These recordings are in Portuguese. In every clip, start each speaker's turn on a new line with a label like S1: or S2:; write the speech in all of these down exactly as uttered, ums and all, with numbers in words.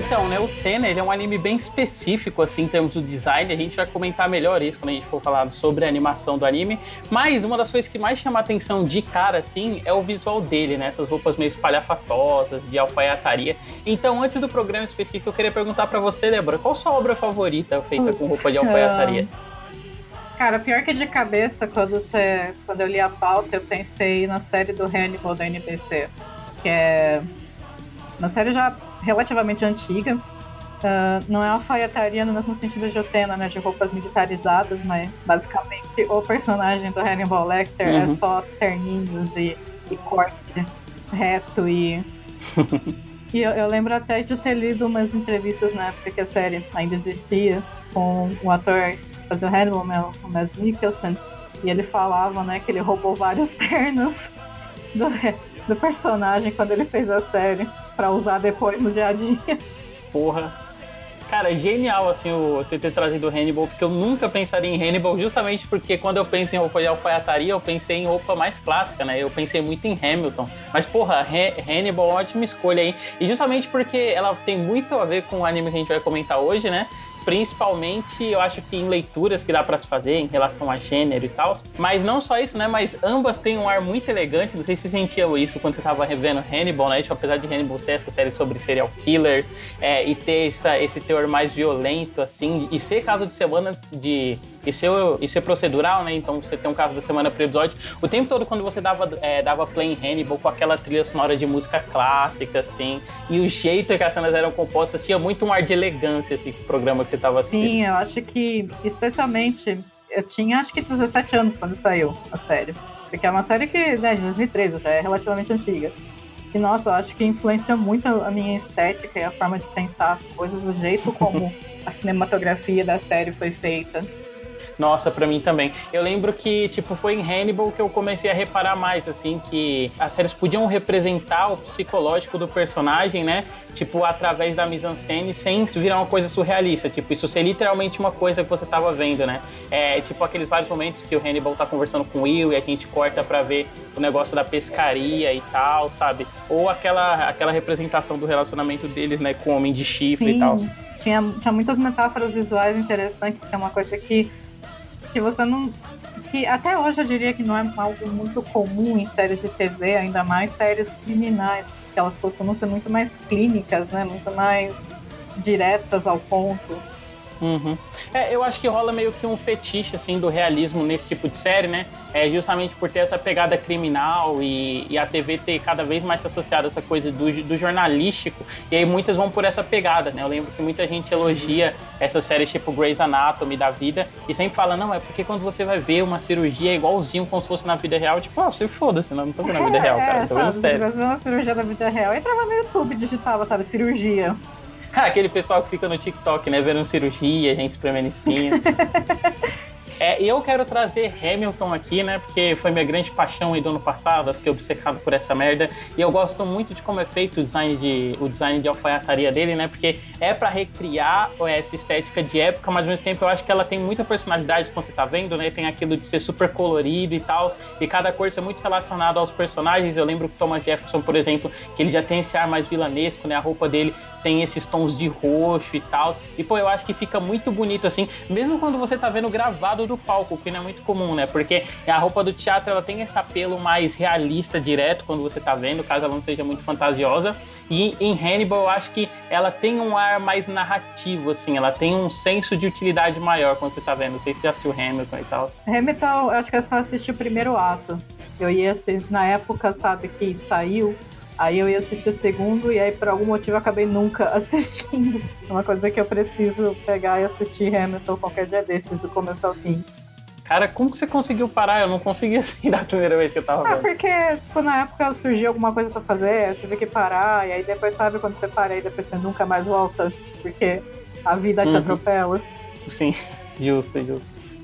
S1: Então, né, o Utena, ele é um anime bem específico, assim, em termos do design. A gente vai comentar melhor isso quando a gente for falar sobre a animação do anime. Mas uma das coisas que mais chama a atenção de cara, assim, é o visual dele, né? Essas roupas meio espalhafatosas, de alfaiataria. Então, antes do programa específico, eu queria perguntar pra você, Débora, qual sua obra favorita feita com roupa de alfaiataria?
S2: Cara, pior que de cabeça, quando, você, quando eu li a pauta, eu pensei na série do Hannibal da N B C, que é uma série já relativamente antiga. Uh, não é alfaiataria no mesmo sentido de Utena, né, de roupas militarizadas, mas basicamente o personagem do Hannibal Lecter uhum. é só terninhos e, e corte reto e... e eu, eu lembro até de ter lido umas entrevistas na época que a série ainda existia, com o ator que fazia o Hannibal, né, o Mads Mikkelsen, e ele falava, né, que ele roubou vários ternos do, do personagem quando ele fez a série, pra usar depois no dia a dia.
S1: Porra. Cara, é genial, assim, o, você ter trazido o Hannibal, porque eu nunca pensaria em Hannibal, justamente porque quando eu penso em roupa de alfaiataria, eu pensei em roupa mais clássica, né? Eu pensei muito em Hamilton. Mas, porra, Ha- Hannibal, ótima escolha aí. E justamente porque ela tem muito a ver com o anime que a gente vai comentar hoje, né? Principalmente, eu acho que em leituras que dá pra se fazer em relação a gênero e tal. Mas não só isso, né? Mas ambas têm um ar muito elegante. Não sei se você sentia isso quando você tava revendo Hannibal, né? Tipo, apesar de Hannibal ser essa série sobre serial killer é, e ter essa, esse teor mais violento, assim, e ser caso de semana de... E ser, e ser procedural, né? Então você tem um caso da semana pro episódio. O tempo todo, quando você dava, é, dava play em Hannibal com aquela trilha sonora de música clássica, assim, e o jeito que as cenas eram compostas, tinha muito um ar de elegância, esse assim, programa que você tava assistindo.
S2: Sim, eu acho que, especialmente, eu tinha acho que dezessete anos quando saiu a série. Porque é uma série que, né, de dois mil e treze, já é relativamente antiga. E, nossa, eu acho que influencia muito a minha estética e a forma de pensar as coisas, o jeito como a cinematografia da série foi feita.
S1: Nossa, pra mim também. Eu lembro que, tipo, foi em Hannibal que eu comecei a reparar mais, assim, que as séries podiam representar o psicológico do personagem, né? Tipo, através da mise-en-scène, sem virar uma coisa surrealista. Tipo, isso ser literalmente uma coisa que você tava vendo, né? É, tipo, aqueles vários momentos que o Hannibal tá conversando com o Will e a gente corta pra ver o negócio da pescaria e tal, sabe? Ou aquela, aquela representação do relacionamento deles, né? Com o Homem de Chifre
S2: Sim,
S1: e tal.
S2: Tinha, tinha muitas metáforas visuais interessantes, que é uma coisa que que você não... que até hoje eu diria que não é algo muito comum em séries de T V, ainda mais séries criminais, que elas costumam ser muito mais clínicas, né? Muito mais diretas ao ponto.
S1: Uhum. É, eu acho que rola meio que um fetiche, assim, do realismo nesse tipo de série, né? É justamente por ter essa pegada criminal e, e a T V ter cada vez mais se associado a essa coisa do, do jornalístico, e aí muitas vão por essa pegada, né? Eu lembro que muita gente elogia essas séries tipo Grey's Anatomy da vida e sempre fala, não, é porque quando você vai ver uma cirurgia é igualzinho como se fosse na vida real, tipo, ah, você foda-se, não, não tô vendo na vida real, cara,
S2: é,
S1: tô vendo
S2: sabe,
S1: sério.
S2: Se você uma cirurgia na vida real, entrava no YouTube e digitava, sabe, cirurgia.
S1: Aquele pessoal que fica no TikTok, né, vendo cirurgia, gente espremendo espinha. É, e eu quero trazer Hamilton aqui, né, porque foi minha grande paixão aí do ano passado, eu fiquei obcecado por essa merda, e eu gosto muito de como é feito o design de, o design de alfaiataria dele, né, porque é pra recriar essa estética de época, mas ao mesmo tempo eu acho que ela tem muita personalidade, como você tá vendo, né, tem aquilo de ser super colorido e tal, e cada cor ser muito relacionado aos personagens. Eu lembro que Thomas Jefferson, por exemplo, que ele já tem esse ar mais vilanesco, né, a roupa dele tem esses tons de roxo e tal, e pô, eu acho que fica muito bonito assim, mesmo quando você tá vendo gravado do palco, que não é muito comum, né, porque a roupa do teatro, ela tem esse apelo mais realista direto quando você tá vendo, caso ela não seja muito fantasiosa, e em Hannibal eu acho que ela tem um ar mais narrativo, assim, ela tem um senso de utilidade maior quando você tá vendo, não sei se já assistiu Hamilton e tal.
S2: Hamilton, eu acho que eu só assisti o primeiro ato, eu ia assistir, na época, sabe, que saiu, aí eu ia assistir o segundo e aí por algum motivo eu acabei nunca assistindo. É uma coisa que eu preciso pegar e assistir Hamilton qualquer dia desses, do começo ao fim.
S1: Cara, como que você conseguiu parar? Eu não consegui assim da primeira vez que eu tava
S2: ah,
S1: vendo.
S2: Ah, porque, tipo, na época surgiu alguma coisa pra fazer, eu tive que parar, e aí depois, sabe, quando você para e depois você nunca mais volta, porque a vida te
S1: uhum.
S2: atropela.
S1: Sim, justo, justo.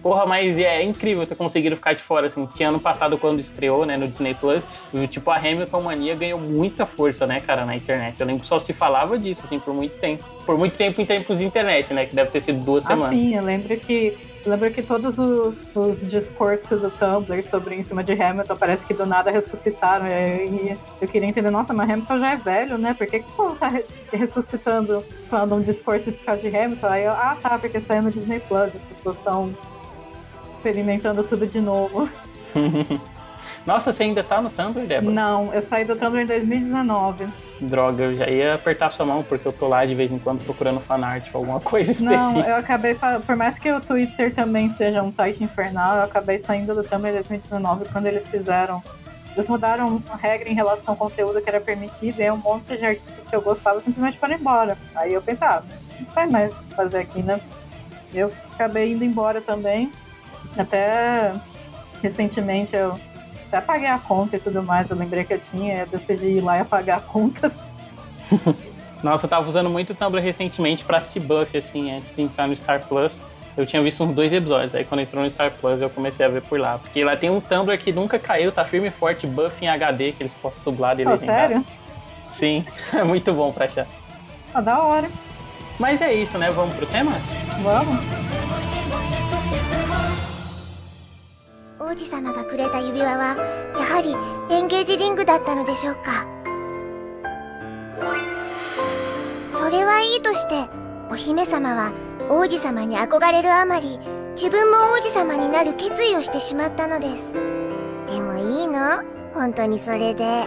S1: Porra, mas é incrível ter conseguido ficar de fora, assim, que ano passado, quando estreou, né, no Disney Plus, tipo, a Hamilton Mania ganhou muita força, né, cara, na internet. Eu lembro que só se falava disso, assim, por muito tempo. Por muito tempo em tempos de internet, né, que deve ter sido duas
S2: ah,
S1: semanas.
S2: Sim, eu lembro que, eu lembro que todos os, os discursos do Tumblr sobre em cima de Hamilton parece que do nada ressuscitaram. E eu queria entender, nossa, mas Hamilton já é velho, né? Por que que o povo tá re- ressuscitando, falando um discurso por causa de Hamilton? Aí eu, ah, tá, porque saiu no Disney Plus, as pessoas estão experimentando tudo de novo.
S1: Nossa, você ainda tá no Tumblr, Débora?
S2: Não, eu saí do Tumblr em dois mil e dezenove.
S1: Droga, eu já ia apertar sua mão, porque eu tô lá de vez em quando procurando fanart ou alguma coisa específica.
S2: Não, eu acabei, por mais que o Twitter também seja um site infernal, eu acabei saindo do Tumblr em dois mil e dezenove quando eles fizeram. Eles mudaram a regra em relação ao conteúdo que era permitido e aí um monte de artistas que eu gostava simplesmente foram embora. Aí eu pensava, ah, não vai mais fazer aqui, né? Eu acabei indo embora também. Até recentemente eu até paguei a conta e tudo mais, eu lembrei que eu tinha, eu decidi ir lá e apagar a conta.
S1: Nossa, eu tava usando muito o Tumblr recentemente pra assistir Buffy, assim, antes de entrar no Star Plus. Eu tinha visto uns dois episódios, aí quando entrou no Star Plus eu comecei a ver por lá. Porque lá tem um Tumblr que nunca caiu, tá firme e forte, Buffy em H D, que eles postam dublado e
S2: Oh,
S1: legendado.
S2: sério?
S1: Sim, é muito bom pra achar.
S2: Ah, da hora.
S1: Mas é isso, né? Vamos pro tema?
S2: Vamos?
S3: 王子様がくれた指輪はやはりエンゲージリングだったのでしょうか。それはいいとして、お姫様は王子様に憧れるあまり自分も王子様になる決意をしてしまったのです。でもいいの？本当にそれで。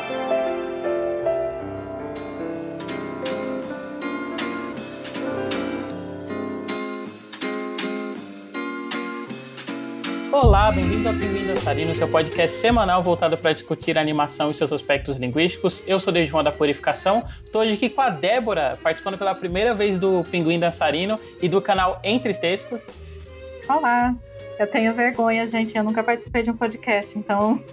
S1: Olá, bem-vindo ao Pinguim Dançarino, seu podcast semanal voltado para discutir a animação e seus aspectos linguísticos. Eu sou o Dejuan da Purificação, estou hoje aqui com a Débora, participando pela primeira vez do Pinguim Dançarino e do canal Entre Textos.
S2: Olá, eu tenho vergonha, gente, eu nunca participei de um podcast, então...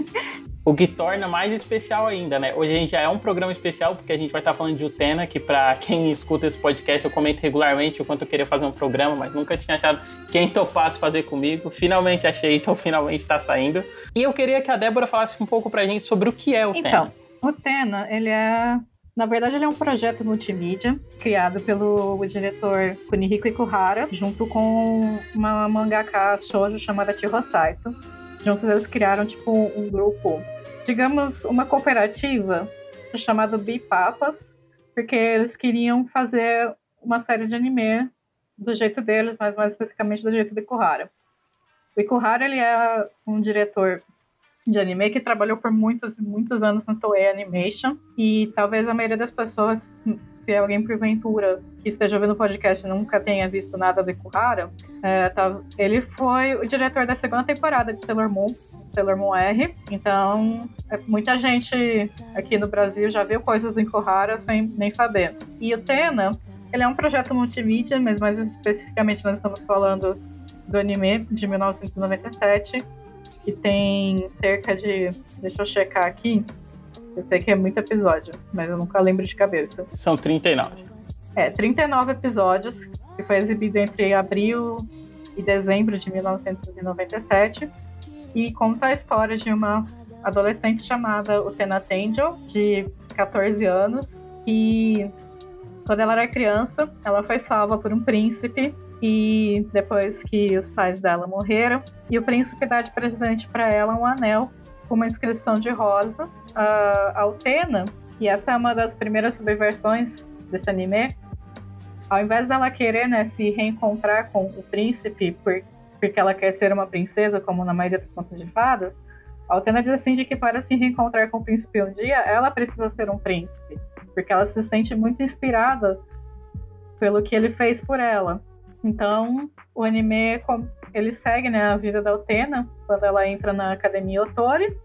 S1: O que torna mais especial ainda, né? Hoje a gente já é um programa especial, porque a gente vai estar falando de Utena, que pra quem escuta esse podcast, eu comento regularmente o quanto eu queria fazer um programa, mas nunca tinha achado quem topasse fazer comigo. Finalmente achei, então finalmente tá saindo. E eu queria que a Débora falasse um pouco pra gente sobre o que é o Utena.
S2: Então, o Utena, ele é... Na verdade, ele é um projeto multimídia criado pelo diretor Kunihiko Ikuhara, junto com uma mangaka shoujo chamada Chiho Saito. Juntos eles criaram, tipo, um grupo, digamos, uma cooperativa chamada Bipapas, porque eles queriam fazer uma série de anime do jeito deles, mas mais especificamente do jeito do Ikuhara. O Ikuhara, ele é um diretor de anime que trabalhou por muitos muitos anos no Toei Animation, e talvez a maioria das pessoas, se alguém porventura que esteja ouvindo o podcast nunca tenha visto nada do Ikuhara, é, tá, ele foi o diretor da segunda temporada de Sailor Moon, Sailor Moon R, então é, muita gente aqui no Brasil já viu coisas do Ikuhara sem nem saber. E o Utena, ele é um projeto multimídia, mas mais especificamente nós estamos falando do anime de mil novecentos e noventa e sete, que tem cerca de... Deixa eu checar aqui. Eu sei que é muito episódio, mas eu nunca lembro de cabeça.
S1: São trinta e nove.
S2: É, trinta e nove episódios, que foi exibido entre abril e dezembro de mil novecentos e noventa e sete. E conta a história de uma adolescente chamada Utena Tenjo, de catorze anos. E quando ela era criança, ela foi salva por um príncipe. E depois que os pais dela morreram, e o príncipe dá de presente para ela um anel com uma inscrição de rosa. A Utena, e essa é uma das primeiras subversões desse anime, ao invés dela querer, né, se reencontrar com o príncipe por, porque ela quer ser uma princesa, como na maioria dos contos de fadas, a Utena decide que para se reencontrar com o príncipe um dia, ela precisa ser um príncipe, porque ela se sente muito inspirada pelo que ele fez por ela. Então, o anime, ele segue, né, a vida da Utena quando ela entra na Academia Otori,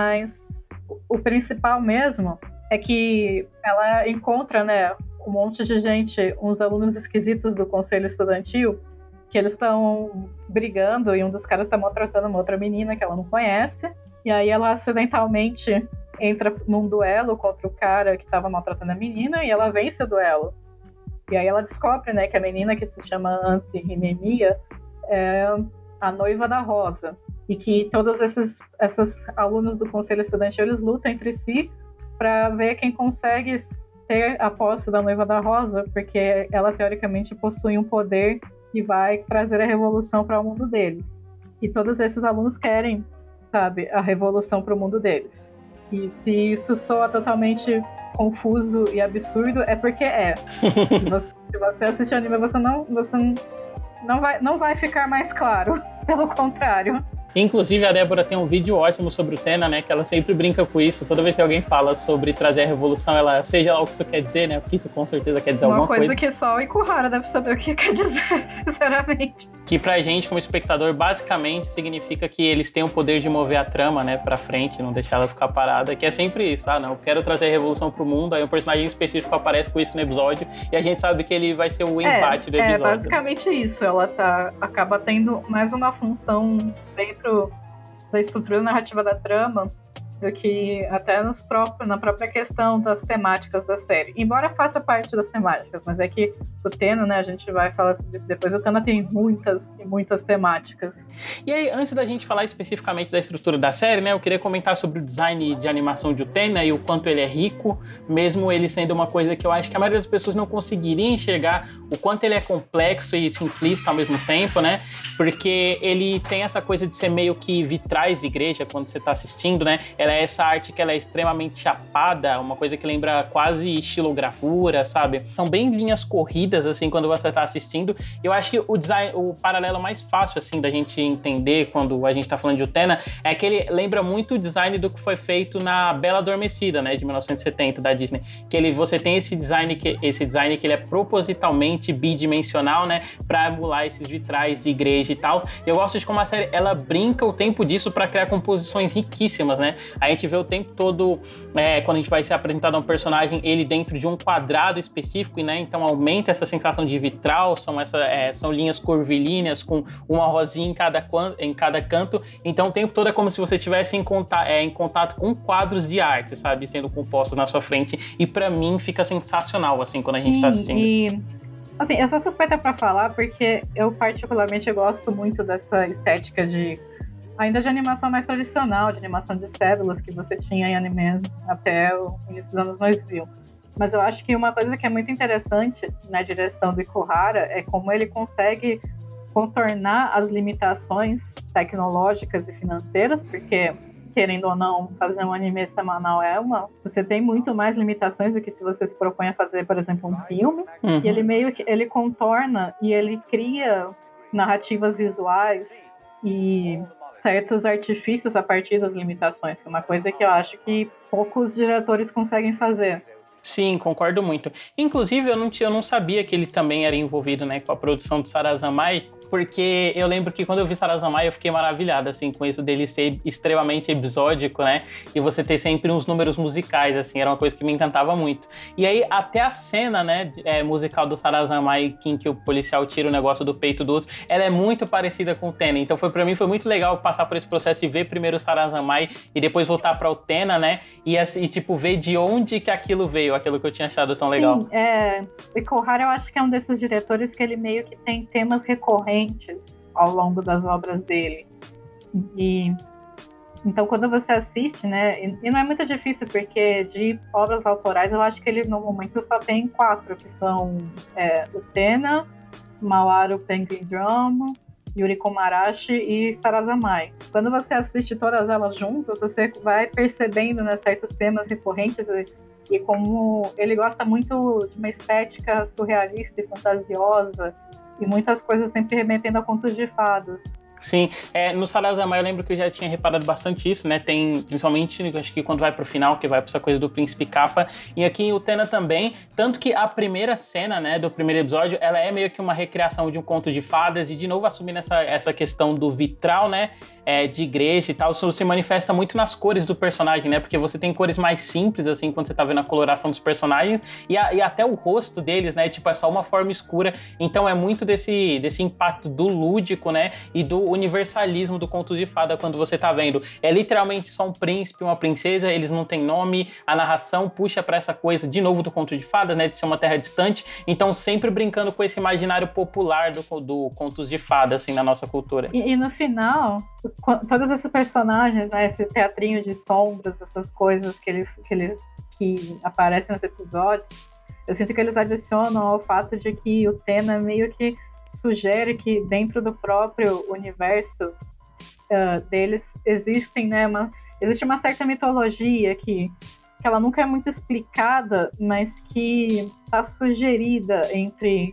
S2: mas o principal mesmo é que ela encontra, né, um monte de gente, uns alunos esquisitos do conselho estudantil, que eles estão brigando e um dos caras está maltratando uma outra menina que ela não conhece, e aí ela acidentalmente entra num duelo contra o cara que estava maltratando a menina e ela vence o duelo. E aí ela descobre, né, que a menina que se chama Anti Hinemia, é a noiva da Rosa. E que todos esses, esses alunos do Conselho Estudantil, eles lutam entre si para ver quem consegue ter a posse da noiva da Rosa, porque ela, teoricamente, possui um poder que vai trazer a revolução para o mundo deles. E todos esses alunos querem, sabe, a revolução para o mundo deles. E se isso soa totalmente confuso e absurdo, é porque é. Se você, se você assistir anime, você não, você não, vai, não vai ficar mais claro. Pelo contrário.
S1: Inclusive, a Débora tem um vídeo ótimo sobre o Tena, né? Que ela sempre brinca com isso. Toda vez que alguém fala sobre trazer a revolução, ela, seja lá o que isso quer dizer, né? Porque isso com certeza quer dizer
S2: Uma
S1: alguma coisa.
S2: Uma coisa que só o Ikuhara deve saber o que quer dizer, sinceramente.
S1: Que pra gente, como espectador, basicamente significa que eles têm o poder de mover a trama, né? Pra frente, não deixar ela ficar parada. Que é sempre isso. Ah, não, eu quero trazer a revolução pro mundo. Aí um personagem específico aparece com isso no episódio. E a gente sabe que ele vai ser o embate
S2: é,
S1: do episódio.
S2: É, basicamente isso. Ela tá, acaba tendo mais uma função dentro da estrutura narrativa da trama do que até nos próprios, na própria questão das temáticas da série. Embora faça parte das temáticas, mas é que o Tena, né, a gente vai falar sobre isso depois, o Tena tem muitas e muitas temáticas.
S1: E aí, antes da gente falar especificamente da estrutura da série, né, eu queria comentar sobre o design de animação de Utena e o quanto ele é rico, mesmo ele sendo uma coisa que eu acho que a maioria das pessoas não conseguiria enxergar o quanto ele é complexo e simplista ao mesmo tempo, né, porque ele tem essa coisa de ser meio que vitrais de igreja quando você tá assistindo, né, ela é essa arte que ela é extremamente chapada, uma coisa que lembra quase estilogravura, sabe? São bem linhas corridas, assim, quando você tá assistindo. Eu acho que o design, o paralelo mais fácil, assim, da gente entender quando a gente tá falando de Utena é que ele lembra muito o design do que foi feito na Bela Adormecida, né, de mil novecentos e setenta, da Disney. Que ele, você tem esse design, que, esse design que ele é propositalmente bidimensional, né, pra emular esses vitrais de igreja e tal. Eu gosto de como a série, ela brinca o tempo disso pra criar composições riquíssimas, né? A gente vê o tempo todo, é, quando a gente vai ser apresentado a um personagem, ele dentro de um quadrado específico, né? Então aumenta essa sensação de vitral, são, essa, é, são linhas curvilíneas com uma rosinha em cada, em cada canto. Então o tempo todo é como se você estivesse em, é, em contato com quadros de arte, sabe? Sendo compostos na sua frente. E pra mim fica sensacional, assim, quando a gente Sim, tá assistindo.
S2: E... Assim, eu sou suspeita pra falar porque eu particularmente gosto muito dessa estética de ainda de animação mais tradicional, de animação de células que você tinha em animes até o início dos anos dois mil. Mas eu acho que uma coisa que é muito interessante na direção do Ikuhara é como ele consegue contornar as limitações tecnológicas e financeiras, porque, querendo ou não, fazer um anime semanal é uma... Você tem muito mais limitações do que se você se propõe a fazer, por exemplo, um filme. Uhum. E ele meio que ele contorna e ele cria narrativas visuais e certos artifícios a partir das limitações, que é uma coisa que eu acho que poucos diretores conseguem fazer.
S1: Sim, concordo muito. Inclusive, eu não, eu não sabia que ele também era envolvido, né, com a produção de Sarazanmai, porque eu lembro que quando eu vi Sarazanmai eu fiquei maravilhado, assim, com isso dele ser extremamente episódico, né, e você ter sempre uns números musicais, assim, era uma coisa que me encantava muito. E aí, até a cena, né, é, musical do Sarazanmai, em que o policial tira o negócio do peito do outro, ela é muito parecida com o Tena, então foi, pra mim foi muito legal passar por esse processo de ver primeiro o Sarazanmai e depois voltar pra o Tena, né, e, assim, e tipo, ver de onde que aquilo veio, aquilo que eu tinha achado tão legal.
S2: Sim, é, o Ikuhara eu acho que é um desses diretores que ele meio que tem temas recorrentes ao longo das obras dele. E então quando você assiste, né, e, e não é muito difícil, porque de obras autorais eu acho que ele no momento só tem quatro, que são é, Utena, Mawaru Penguin Drum, Yuri Komarashi e Sarazanmai. Quando você assiste todas elas juntas, você vai percebendo, né, certos temas recorrentes e, e como ele gosta muito de uma estética surrealista e fantasiosa, e muitas coisas sempre remetendo a contos de fadas.
S1: Sim, é, no Sarazanmai eu lembro que eu já tinha reparado bastante isso, né, tem, principalmente, acho que quando vai pro final, que vai pra essa coisa do príncipe capa, e aqui em Utena também, tanto que a primeira cena, né, do primeiro episódio, ela é meio que uma recriação de um conto de fadas, e de novo assumindo essa, essa questão do vitral, né, é, de igreja e tal, isso se manifesta muito nas cores do personagem, né, porque você tem cores mais simples, assim, quando você tá vendo a coloração dos personagens, e, a, e até o rosto deles, né, tipo, é só uma forma escura, então é muito desse, desse impacto do lúdico, né, e do universalismo do conto de fada quando você tá vendo. É literalmente só um príncipe, uma princesa, eles não têm nome, a narração puxa pra essa coisa, de novo, do conto de fada, né, de ser uma terra distante, então sempre brincando com esse imaginário popular do, do contos de fada, assim, na nossa cultura.
S2: E, e no final, todos esses personagens, né, esse teatrinho de sombras, essas coisas que eles, que eles que aparecem nos episódios, eu sinto que eles adicionam ao fato de que o Tena meio que sugere que dentro do próprio universo uh, deles existem, né, uma, existe uma certa mitologia que, que ela nunca é muito explicada, mas que está sugerida entre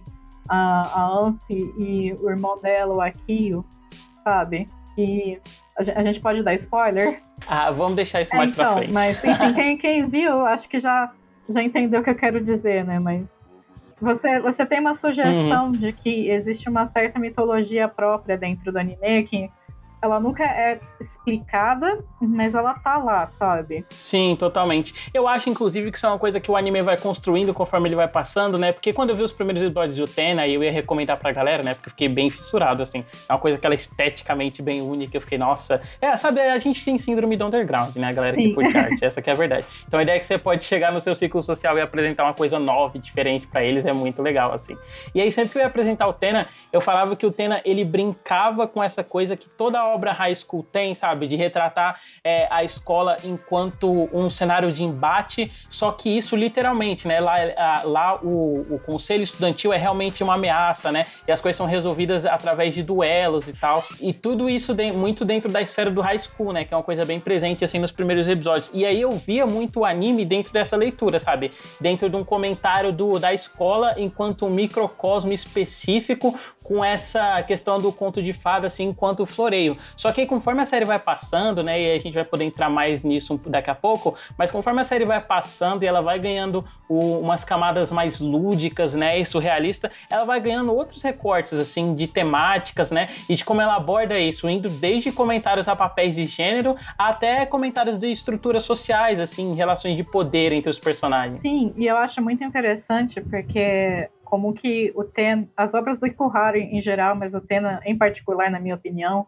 S2: a, a Auntie e o irmão dela, o Akio, sabe? E a gente pode dar spoiler?
S1: Ah, vamos deixar isso mais é, então, pra frente.
S2: Mas enfim, quem, quem viu, acho que já, já entendeu o que eu quero dizer, né? Mas você, você tem uma sugestão uhum. de que existe uma certa mitologia própria dentro do anime, que ela nunca é explicada, mas ela tá lá, sabe?
S1: Sim, totalmente. Eu acho, inclusive, que isso é uma coisa que o anime vai construindo conforme ele vai passando, né? Porque quando eu vi os primeiros episódios de Utena, eu ia recomendar pra galera, né? Porque eu fiquei bem fissurado, assim. É uma coisa que ela é esteticamente bem única. Eu fiquei, nossa... É, sabe, a gente tem síndrome do underground, né? A galera que curte arte, essa que é a verdade. Então a ideia é que você pode chegar no seu ciclo social e apresentar uma coisa nova e diferente pra eles, é muito legal, assim. E aí, sempre que eu ia apresentar o Utena, eu falava que o Utena, ele brincava com essa coisa que toda a obra high school tem, sabe? De retratar é, a escola enquanto um cenário de embate, só que isso literalmente, né? Lá, a, lá o, o conselho estudantil é realmente uma ameaça, né? E as coisas são resolvidas através de duelos e tal. E tudo isso de, muito dentro da esfera do high school, né? Que é uma coisa bem presente, assim, nos primeiros episódios. E aí eu via muito o anime dentro dessa leitura, sabe? Dentro de um comentário do, da escola enquanto um microcosmo específico com essa questão do conto de fada, assim, enquanto floreio. Só que conforme a série vai passando, né, e a gente vai poder entrar mais nisso daqui a pouco, mas conforme a série vai passando e ela vai ganhando o, umas camadas mais lúdicas, né, e surrealista, ela vai ganhando outros recortes, assim, de temáticas, né, e de como ela aborda isso, indo desde comentários a papéis de gênero até comentários de estruturas sociais, assim, relações de poder entre os personagens.
S2: Sim, e eu acho muito interessante porque como que o Ten, as obras do Ikuhara em geral, mas o Tena em particular, na minha opinião,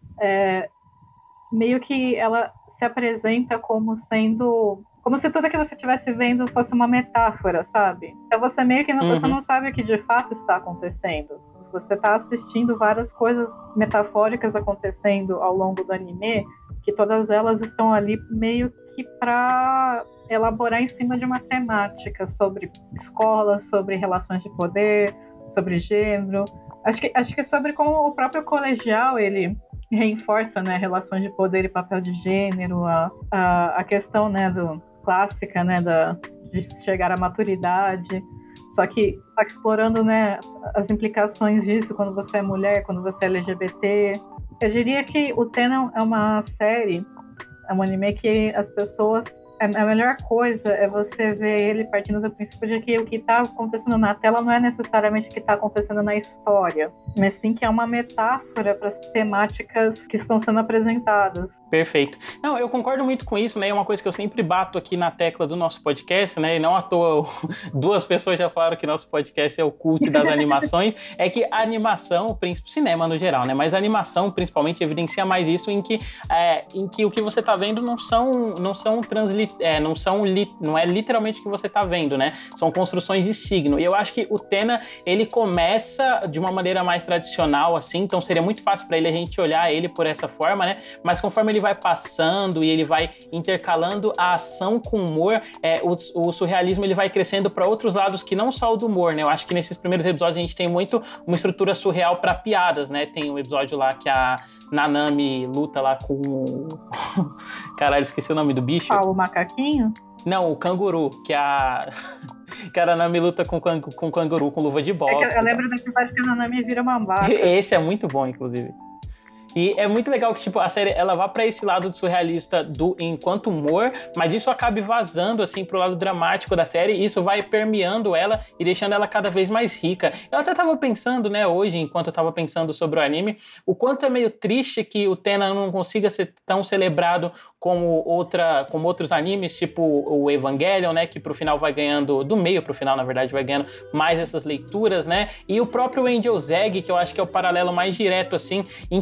S2: é, meio que ela se apresenta como sendo... Como se tudo que você estivesse vendo fosse uma metáfora, sabe? Então você meio que não, uhum. você não sabe o que de fato está acontecendo. Você está assistindo várias coisas metafóricas acontecendo ao longo do anime, que todas elas estão ali meio que para elaborar em cima de uma temática sobre escola, sobre relações de poder, sobre gênero. Acho que, acho que é sobre como o próprio colegial, ele reforça, né, relações de poder e papel de gênero, a, a, a questão, né, do, clássica, né, da, de chegar à maturidade, só que tá explorando, né, as implicações disso quando você é mulher, quando você é L G B T. Eu diria que o Tena é uma série, é um anime que as pessoas... A melhor coisa é você ver ele partindo do princípio de que o que está acontecendo na tela não é necessariamente o que está acontecendo na história, mas sim que é uma metáfora para as temáticas que estão sendo apresentadas.
S1: Perfeito. Não, eu concordo muito com isso, né? É uma coisa que eu sempre bato aqui na tecla do nosso podcast, né? E não à toa duas pessoas já falaram que nosso podcast é o cult das animações. É que a animação, o príncipe cinema no geral, né? Mas a animação principalmente evidencia mais isso em que, é, em que o que você está vendo não são, não são translit É, não, são li, não é literalmente o que você está vendo, né? São construções de signo. E eu acho que o Tena, ele começa de uma maneira mais tradicional, assim, então seria muito fácil para ele a gente olhar ele por essa forma, né? Mas conforme ele vai passando e ele vai intercalando a ação com o humor, é, o, o surrealismo ele vai crescendo para outros lados que não só o do humor, né? Eu acho que nesses primeiros episódios a gente tem muito uma estrutura surreal para piadas, né? Tem um episódio lá que a Nanami luta lá com o... Caralho, esqueci o nome do bicho.
S2: Ah, o macaquinho?
S1: Não, o canguru, que a... que a Nanami luta com, com o canguru com luva de boxe.
S2: É que eu, eu lembro da episódio que a Nanami vira uma vaca.
S1: Esse é muito bom, inclusive. E é muito legal que, tipo, a série, ela vá pra esse lado surrealista do, enquanto humor, mas isso acabe vazando, assim, pro lado dramático da série, e isso vai permeando ela e deixando ela cada vez mais rica. Eu até tava pensando, né, hoje, enquanto eu tava pensando sobre o anime, o quanto é meio triste que o Tena não consiga ser tão celebrado como, outra, como outros animes, tipo o Evangelion, né, que pro final vai ganhando, do meio pro final, na verdade, vai ganhando mais essas leituras, né, e o próprio Angel Egg, que eu acho que é o paralelo mais direto, assim, em que tudo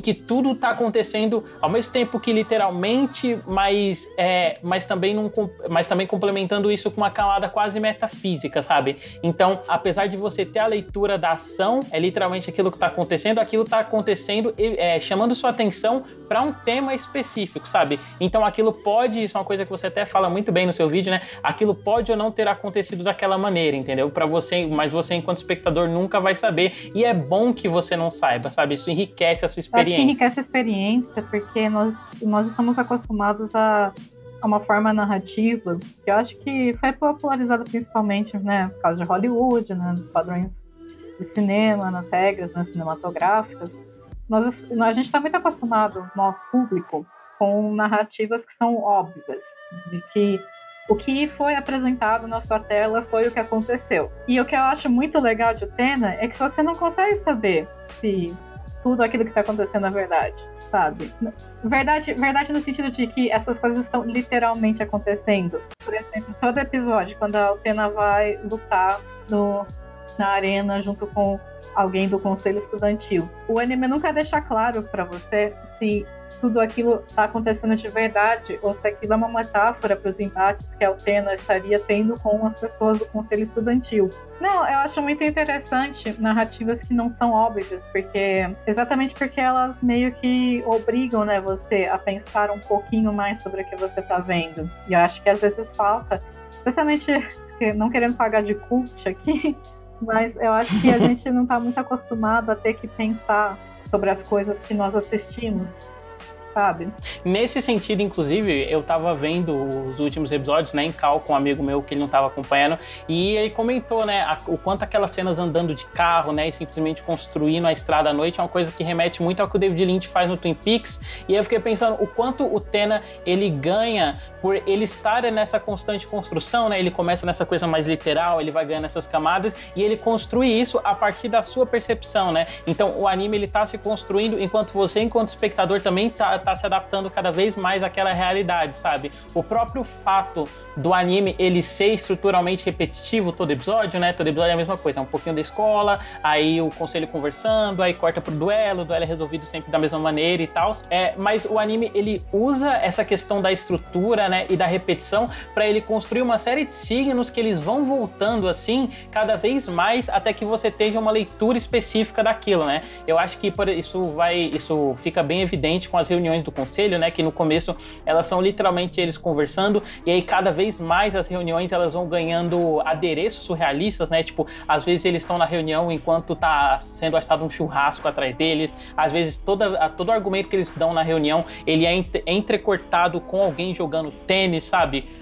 S1: tudo tá acontecendo ao mesmo tempo que literalmente, mas, é, mas, também não, mas também complementando isso com uma camada quase metafísica, sabe? Então, apesar de você ter a leitura da ação, é literalmente aquilo que tá acontecendo, aquilo tá acontecendo é, chamando sua atenção para um tema específico, sabe? Então aquilo pode, isso é uma coisa que você até fala muito bem no seu vídeo, né? Aquilo pode ou não ter acontecido daquela maneira, entendeu? Para você, mas você enquanto espectador nunca vai saber, e é bom que você não saiba, sabe? Isso enriquece a sua experiência.
S2: Acho que enriquece a experiência, porque nós, nós estamos acostumados a, a uma forma narrativa que eu acho que foi popularizada principalmente, né, por causa de Hollywood, né, dos padrões de cinema, nas regras, né, cinematográficas. Nós, a gente está muito acostumado, nós, público, com narrativas que são óbvias, de que o que foi apresentado na sua tela foi o que aconteceu. E o que eu acho muito legal de Utena é que você não consegue saber se tudo aquilo que está acontecendo é verdade, sabe? Verdade, verdade no sentido de que essas coisas estão literalmente acontecendo. Por exemplo, todo episódio, quando a Utena vai lutar no, na arena junto com alguém do conselho estudantil, o anime nunca deixa claro para você se tudo aquilo está acontecendo de verdade ou se aquilo é uma metáfora para os embates que a Utena estaria tendo com as pessoas do conselho estudantil. Não, eu acho muito interessante narrativas que não são óbvias, porque exatamente porque elas meio que obrigam, né, você a pensar um pouquinho mais sobre o que você está vendo. E eu acho que às vezes falta, especialmente não querendo pagar de cult aqui, mas eu acho que a gente não está muito acostumado a ter que pensar sobre as coisas que nós assistimos, sabe?
S1: Nesse sentido, inclusive, eu tava vendo os últimos episódios, né, em call com um amigo meu que ele não tava acompanhando, e ele comentou, né, a, o quanto aquelas cenas andando de carro, né, e simplesmente construindo a estrada à noite é uma coisa que remete muito ao que o David Lynch faz no Twin Peaks, e eu fiquei pensando o quanto o Utena, ele ganha por ele estar nessa constante construção, né, ele começa nessa coisa mais literal, ele vai ganhando essas camadas, e ele construi isso a partir da sua percepção, né, então o anime, ele tá se construindo, enquanto você, enquanto espectador, também tá tá se adaptando cada vez mais àquela realidade, sabe? O próprio fato do anime, ele ser estruturalmente repetitivo todo episódio, né? Todo episódio é a mesma coisa, é um pouquinho da escola, aí o conselho conversando, aí corta pro duelo, o duelo é resolvido sempre da mesma maneira e tal. É, mas o anime, ele usa essa questão da estrutura, né, e da repetição para ele construir uma série de signos que eles vão voltando assim, cada vez mais, até que você tenha uma leitura específica daquilo, né? Eu acho que por isso vai, isso fica bem evidente com as reuniões do conselho, né, que no começo elas são literalmente eles conversando, e aí cada vez mais as reuniões elas vão ganhando adereços surrealistas, né, tipo, às vezes eles estão na reunião enquanto tá sendo assado um churrasco atrás deles, às vezes toda, todo o argumento que eles dão na reunião, ele é entrecortado com alguém jogando tênis, sabe?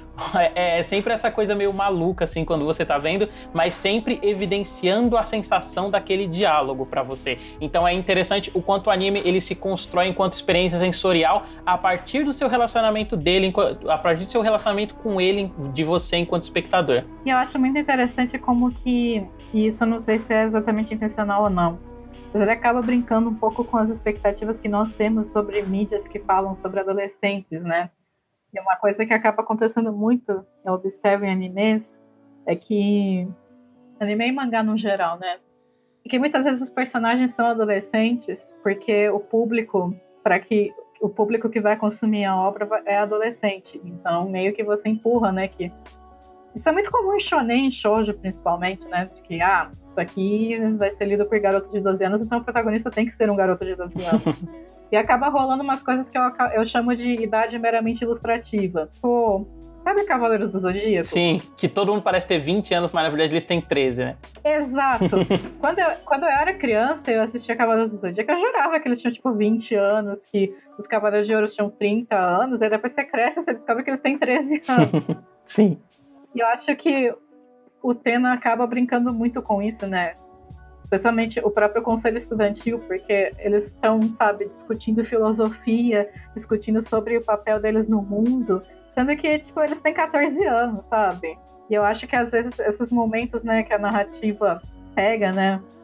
S1: É sempre essa coisa meio maluca, assim, quando você tá vendo, mas sempre evidenciando a sensação daquele diálogo pra você. Então é interessante o quanto o anime, ele se constrói enquanto experiência sensorial a partir do seu relacionamento dele, a partir do seu relacionamento com ele, de você enquanto espectador.
S2: E eu acho muito interessante como que, e isso eu não sei se é exatamente intencional ou não, mas ele acaba brincando um pouco com as expectativas que nós temos sobre mídias que falam sobre adolescentes, né? E uma coisa que acaba acontecendo muito, eu observo em animes, é que anime e mangá no geral, né? É que muitas vezes os personagens são adolescentes, porque o público, para que o público que vai consumir a obra é adolescente. Então, meio que você empurra, né? Que isso é muito comum em shonen, em shoujo, principalmente, né? De que, ah, isso aqui vai ser lido por garoto de doze anos, então o protagonista tem que ser um garoto de doze anos. E acaba rolando umas coisas que eu, eu chamo de idade meramente ilustrativa. Pô, sabe Cavaleiros do Zodíaco?
S1: Sim, que todo mundo parece ter vinte anos, mas na verdade eles têm treze, né?
S2: Exato. quando, eu, quando eu era criança, eu assistia Cavaleiros do Zodíaco, eu jurava que eles tinham, tipo, vinte anos, que os Cavaleiros de Ouro tinham trinta anos, aí depois você cresce e você descobre que eles têm treze anos.
S1: Sim.
S2: E eu acho que o Utena acaba brincando muito com isso, né? Especialmente o próprio conselho estudantil, porque eles estão, sabe, discutindo filosofia, discutindo sobre o papel deles no mundo, sendo que, tipo, eles têm catorze anos, sabe? E eu acho que, às vezes, esses momentos, né, que a narrativa pega, né,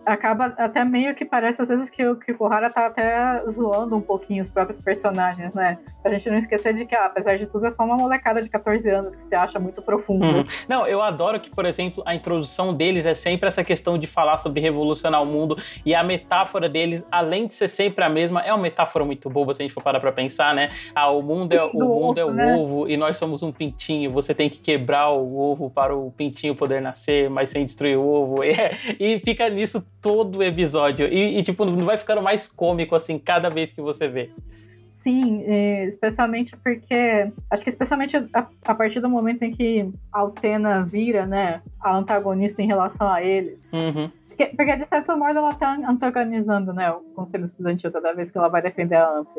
S2: acaba até meio que parece às vezes que o, que o Kohara tá até zoando um pouquinho os próprios personagens, né? Pra gente não esquecer de que, ah, apesar de tudo, é só uma molecada de catorze anos que se acha muito profunda.
S1: Uhum. Não, eu adoro que, por exemplo, a introdução deles é sempre essa questão de falar sobre revolucionar o mundo, e a metáfora deles, além de ser sempre a mesma, é uma metáfora muito boba se a gente for parar pra pensar, né? Ah, o mundo é, o, mundo é o
S2: né?
S1: ovo e nós somos um pintinho, você tem que quebrar o ovo para o pintinho poder nascer, mas sem destruir o ovo. E, é, e fica nisso todo o episódio. E, e, tipo, não vai ficando mais cômico, assim, cada vez que você vê.
S2: Sim, especialmente porque... Acho que especialmente a, a partir do momento em que a Utena vira, né, a antagonista em relação a eles.
S1: Uhum.
S2: Porque, porque, de certo modo, ela tá antagonizando, né, o Conselho Estudantil toda vez que ela vai defender a Ansem.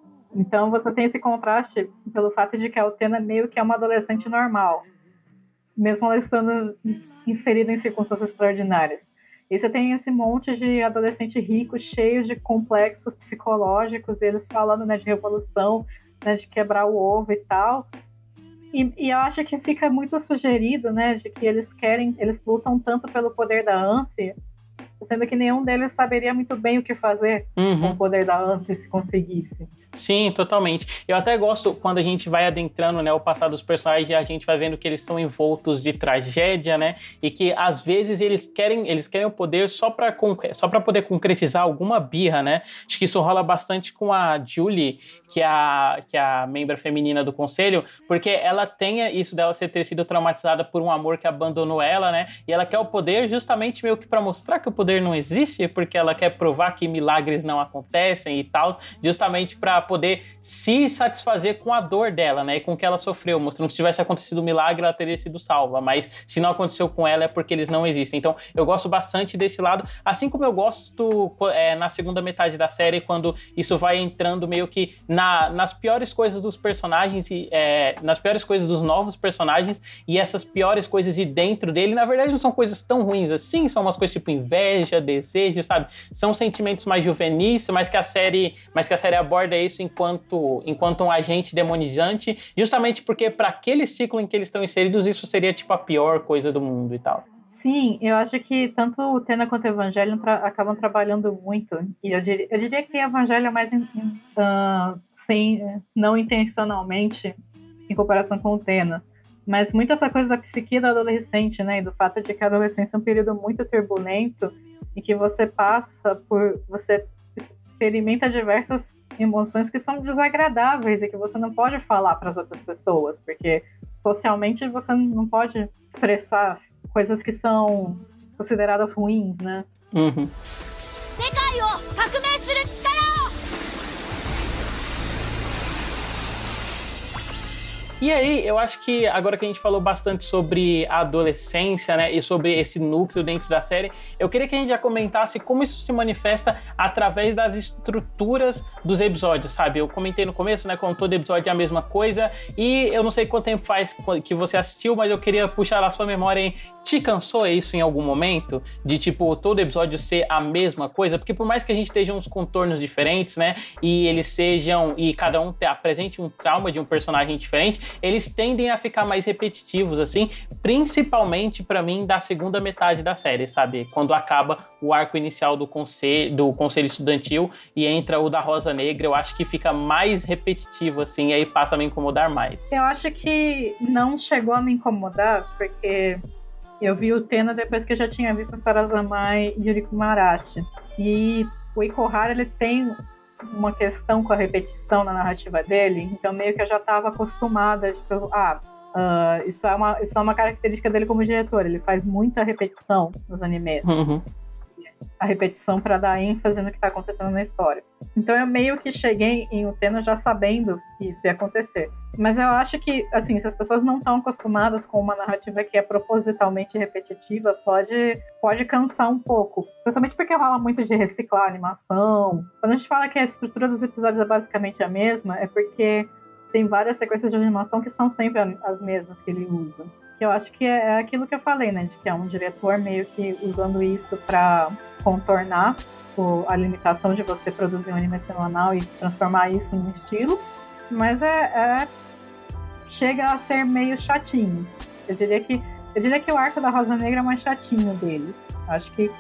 S2: Então você tem esse contraste pelo fato de que a Utena meio que é uma adolescente normal, mesmo ela estando inserida em circunstâncias extraordinárias. E você tem esse monte de adolescente rico, cheio de complexos psicológicos, e eles falando, né, de revolução, né, de quebrar o ovo e tal. E, e eu acho que fica muito sugerido, né, de que eles querem, eles lutam tanto pelo poder da Ansem, sendo que nenhum deles saberia muito bem o que fazer uhum. com o poder da Ansem se conseguisse.
S1: Sim, totalmente. Eu até gosto quando a gente vai adentrando, né, o passado dos personagens, e a gente vai vendo que eles são envoltos de tragédia, né, e que às vezes eles querem, eles querem o poder só para só para poder concretizar alguma birra, né. Acho que isso rola bastante com a Julie, que é a, que é a membra feminina do conselho, porque ela tem isso dela ser ter sido traumatizada por um amor que abandonou ela, né, e ela quer o poder justamente meio que para mostrar que o poder não existe, porque ela quer provar que milagres não acontecem e tal, justamente para poder se satisfazer com a dor dela, né, e com o que ela sofreu, mostrando que se tivesse acontecido um milagre, ela teria sido salva, mas se não aconteceu com ela é porque eles não existem. Então eu gosto bastante desse lado, assim como eu gosto é, na segunda metade da série, quando isso vai entrando meio que na, nas piores coisas dos personagens, e, é, nas piores coisas dos novos personagens, e essas piores coisas de dentro dele, na verdade não são coisas tão ruins assim, são umas coisas tipo inveja, desejo, sabe, são sentimentos mais juvenis, mas que a série, mas que a série aborda isso enquanto, enquanto um agente demonizante, justamente porque para aquele ciclo em que eles estão inseridos, isso seria tipo a pior coisa do mundo e tal.
S2: Sim, eu acho que tanto o Utena quanto o Evangelho tra- acabam trabalhando muito, e eu diria, eu diria que o Evangelho é mais in, in, uh, sem, não intencionalmente em comparação com o Utena, mas muito essa coisa da psique do adolescente, né, e do fato de que a adolescência é um período muito turbulento e que você passa por, você experimenta diversas emoções que são desagradáveis e que você não pode falar para as outras pessoas, porque socialmente você não pode expressar coisas que são consideradas ruins, né?
S1: Uhum. E aí, eu acho que agora que a gente falou bastante sobre a adolescência, né, e sobre esse núcleo dentro da série, eu queria que a gente já comentasse como isso se manifesta através das estruturas dos episódios, sabe? Eu comentei no começo, né, como todo episódio é a mesma coisa, e eu não sei quanto tempo faz que você assistiu, mas eu queria puxar na sua memória, hein? Te cansou isso em algum momento? De, tipo, todo episódio ser a mesma coisa? Porque por mais que a gente esteja uns contornos diferentes, né, e eles sejam, e cada um te apresente um trauma de um personagem diferente, eles tendem a ficar mais repetitivos, assim, principalmente pra mim da segunda metade da série, sabe? Quando acaba o arco inicial do conselho, do conselho estudantil e entra o da Rosa Negra, eu acho que fica mais repetitivo, assim, e aí passa a me incomodar mais.
S2: Eu acho que não chegou a me incomodar, porque eu vi o Tena depois que eu já tinha visto Sarazamai e Yuriko Marashi. E o Ikohara, ele tem uma questão com a repetição na narrativa dele, então meio que eu já estava acostumada, tipo, ah, uh, isso, é uma, isso é uma característica dele como diretor, ele faz muita repetição nos animes.
S1: Uhum.
S2: A repetição para dar ênfase no que está acontecendo na história. Então eu meio que cheguei em Utena já sabendo que isso ia acontecer. Mas eu acho que, assim, se as pessoas não estão acostumadas com uma narrativa que é propositalmente repetitiva, pode, pode cansar um pouco. Principalmente porque rola muito de reciclar a animação. Quando a gente fala que a estrutura dos episódios é basicamente a mesma, é porque tem várias sequências de animação que são sempre as mesmas que ele usa. Que eu acho que é aquilo que eu falei, né? De que é um diretor meio que usando isso para contornar o, a limitação de você produzir um anime semanal e transformar isso em um estilo. Mas é, é chega a ser meio chatinho. Eu diria que, eu diria que o arco da Rosa Negra é mais chatinho deles. Acho que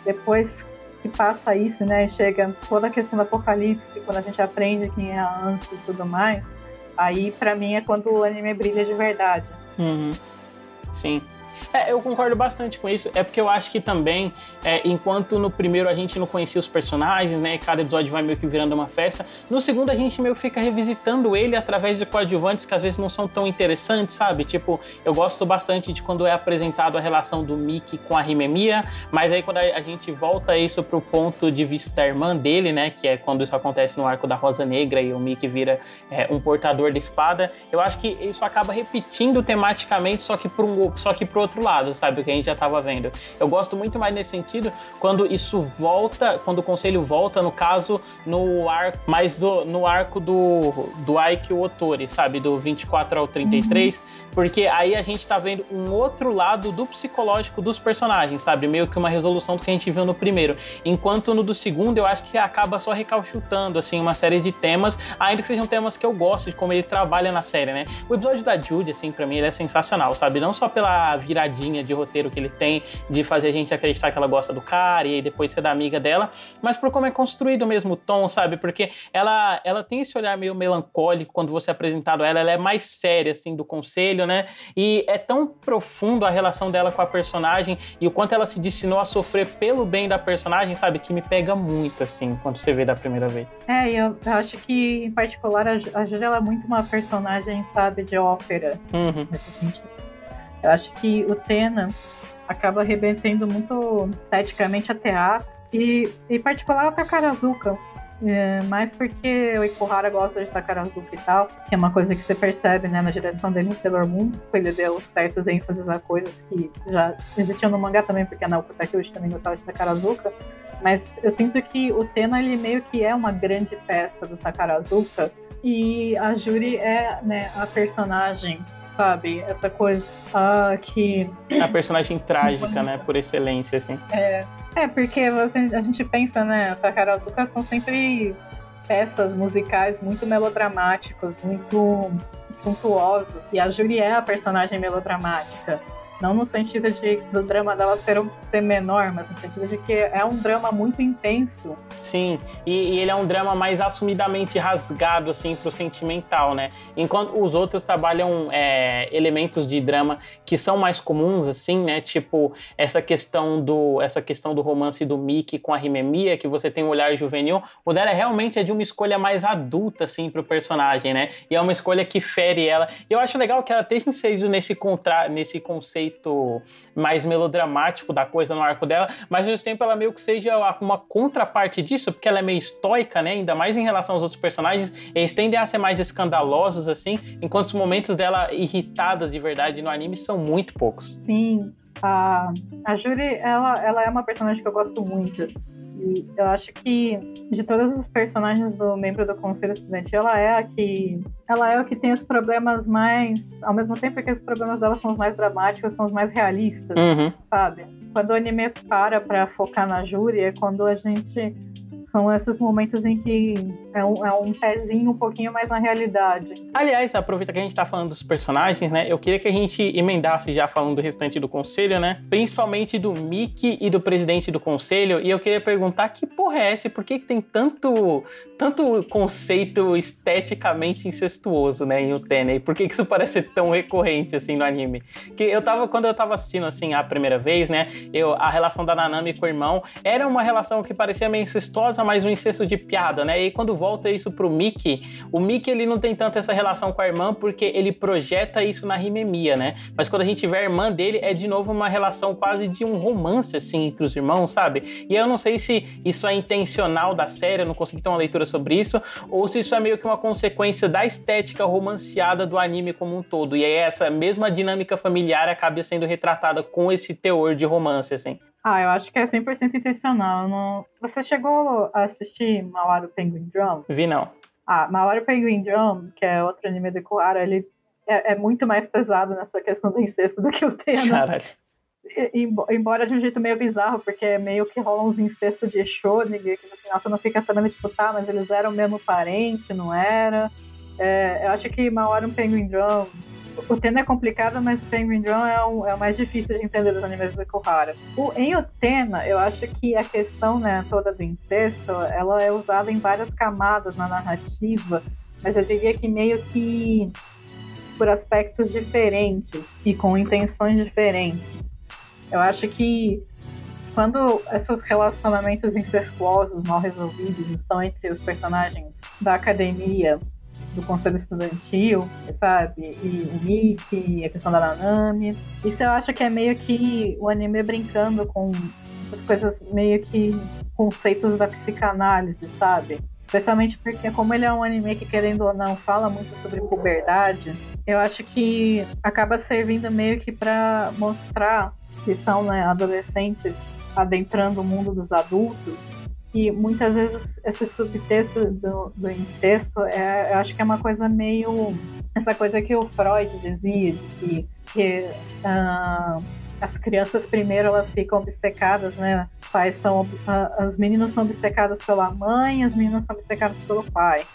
S2: depois que passa isso, né, e chega toda a questão do apocalipse, quando a gente aprende quem é a Anse e tudo mais, aí pra mim é quando o anime brilha de verdade.
S1: Uhum. Sim. É, eu concordo bastante com isso, é porque eu acho que também, é, enquanto no primeiro a gente não conhecia os personagens, né, cada episódio vai meio que virando uma festa, no segundo a gente meio que fica revisitando ele através de coadjuvantes que às vezes não são tão interessantes, sabe? Tipo, eu gosto bastante de quando é apresentado a relação do Mickey com a Himemiya, mas aí quando a gente volta isso pro ponto de vista da irmã dele, né, que é quando isso acontece no arco da Rosa Negra e o Mickey vira é, um portador de espada, eu acho que isso acaba repetindo tematicamente, só que pro, um, só que pro outro lado, sabe, o que a gente já estava vendo. Eu gosto muito mais nesse sentido quando isso volta, quando o conselho volta, no caso, no arco, mais do, no arco do, do Aikyo Otori, sabe, do vinte e quatro ao trinta e três, uhum. Porque aí a gente tá vendo um outro lado do psicológico dos personagens, sabe, meio que uma resolução do que a gente viu no primeiro, enquanto no do segundo eu acho que acaba só recalchutando, assim, uma série de temas, ainda que sejam temas que eu gosto de como ele trabalha na série, né. O episódio da Judy, assim, pra mim ele é sensacional, sabe, não só pela viradinha de roteiro que ele tem, de fazer a gente acreditar que ela gosta do cara e aí depois ser da amiga dela, mas por como é construído o mesmo tom, sabe, porque ela, ela tem esse olhar meio melancólico quando você é apresentado a ela, ela é mais séria, assim, do conselho, né, e é tão profundo a relação dela com a personagem e o quanto ela se destinou a sofrer pelo bem da personagem, sabe, que me pega muito, assim, quando você vê da primeira vez.
S2: É, e eu, eu acho que, em particular, a Julia é muito uma personagem, sabe, de ópera,
S1: uhum.
S2: nesse sentido. Eu acho que o Tena acaba remetendo muito esteticamente a teatro e, em particular, a Takarazuka. É, mais porque o Ikuhara gosta de Takarazuka e tal, que é uma coisa que você percebe, né, na direção dele em Sailor Moon, que ele deu certos ênfases a coisas que já existiam no mangá também, porque a Naoko Takeuchi também gostava de Takarazuka. Mas eu sinto que o Tena, ele meio que é uma grande peça do Takarazuka e a Juri é, né, a personagem, sabe, essa coisa ah, que...
S1: A personagem trágica, né, por excelência, assim.
S2: É, é porque você, a gente pensa, né, Takarazuka são sempre peças musicais muito melodramáticas, muito suntuosos, e a Juri é a personagem melodramática. Não no sentido de, do drama dela ser, ser menor, mas no sentido de que é um drama muito intenso.
S1: Sim, e, e ele é um drama mais assumidamente rasgado, assim, pro sentimental, né? Enquanto os outros trabalham é, elementos de drama que são mais comuns, assim, né? Tipo, essa questão do, essa questão do romance do Mickey com a Himemiya, que você tem um olhar juvenil. O dela realmente é de uma escolha mais adulta, assim, pro personagem, né? E é uma escolha que fere ela. E eu acho legal que ela esteja inserido nesse, contra, nesse conceito mais melodramático da coisa no arco dela, mas ao mesmo tempo ela meio que seja uma contraparte disso, porque ela é meio estoica, né, ainda mais em relação aos outros personagens, eles tendem a ser mais escandalosos, assim, enquanto os momentos dela irritadas de verdade no anime são muito poucos.
S2: Sim, a, a Juri, ela, ela é uma personagem que eu gosto muito. E eu acho que de todos os personagens do membro do Conselho Estudantil, ela é a que ela é a que tem os problemas mais, ao mesmo tempo que os problemas dela são os mais dramáticos, são os mais realistas,
S1: uhum.
S2: sabe? Quando o anime para pra focar na Juri, é quando a gente... São esses momentos em que é um, é um pezinho um pouquinho mais na realidade.
S1: Aliás, aproveita que a gente tá falando dos personagens, né? Eu queria que a gente emendasse já falando do restante do conselho, né? Principalmente do Mickey e do presidente do conselho. E eu queria perguntar que porra é essa? Por que, que tem tanto, tanto conceito esteticamente incestuoso, né, em Utena? E por que, que isso parece ser tão recorrente, assim, no anime? Que eu tava, quando eu tava assistindo, assim, a primeira vez, né? Eu, a relação da Nanami com o irmão era uma relação que parecia meio incestuosa, mais um incesto de piada, né? E quando volta isso pro Mickey, o Mickey, ele não tem tanto essa relação com a irmã porque ele projeta isso na Himemiya, né? Mas quando a gente vê a irmã dele, é de novo uma relação quase de um romance, assim, entre os irmãos, sabe? E eu não sei se isso é intencional da série, eu não consegui ter uma leitura sobre isso, ou se isso é meio que uma consequência da estética romanceada do anime como um todo. E aí essa mesma dinâmica familiar acaba sendo retratada com esse teor de romance, assim.
S2: Ah, eu acho que é cem por cento intencional. Não... Você chegou a assistir Mawaru Penguin Drum?
S1: Vi não.
S2: Ah, Mawaru Penguin Drum, que é outro anime do Ikuhara, ele é, é muito mais pesado nessa questão do incesto do que o Tena.
S1: Caralho.
S2: E, embora de um jeito meio bizarro, porque meio que rola uns incestos de Shonig, que no final você não fica sabendo, tipo, tá, mas eles eram mesmo parente, não era? É, eu acho que Mawaru Penguin Drum o tema é complicado, mas o Penguin Drum é o, é o mais difícil de entender dos animes do Ikuhara. O, em Utena, eu acho que a questão, né, toda do incesto, ela é usada em várias camadas na narrativa, mas eu diria que meio que por aspectos diferentes e com intenções diferentes. Eu acho que quando esses relacionamentos incestuosos mal resolvidos estão entre os personagens da academia, do conselho estudantil, sabe? E o Miki, a questão da Nanami. Isso eu acho que é meio que o anime brincando com as coisas, meio que conceitos da psicanálise, sabe? Especialmente porque, como ele é um anime que, querendo ou não, fala muito sobre puberdade, eu acho que acaba servindo meio que para mostrar que são, né, adolescentes adentrando o mundo dos adultos. E muitas vezes esse subtexto do, do incesto, é, eu acho que é uma coisa meio... Essa coisa que o Freud dizia, de que, que uh, as crianças primeiro elas ficam obcecadas, né? Pais são, uh, as meninas são obcecadas pela mãe, as meninas são obcecadas pelo pai.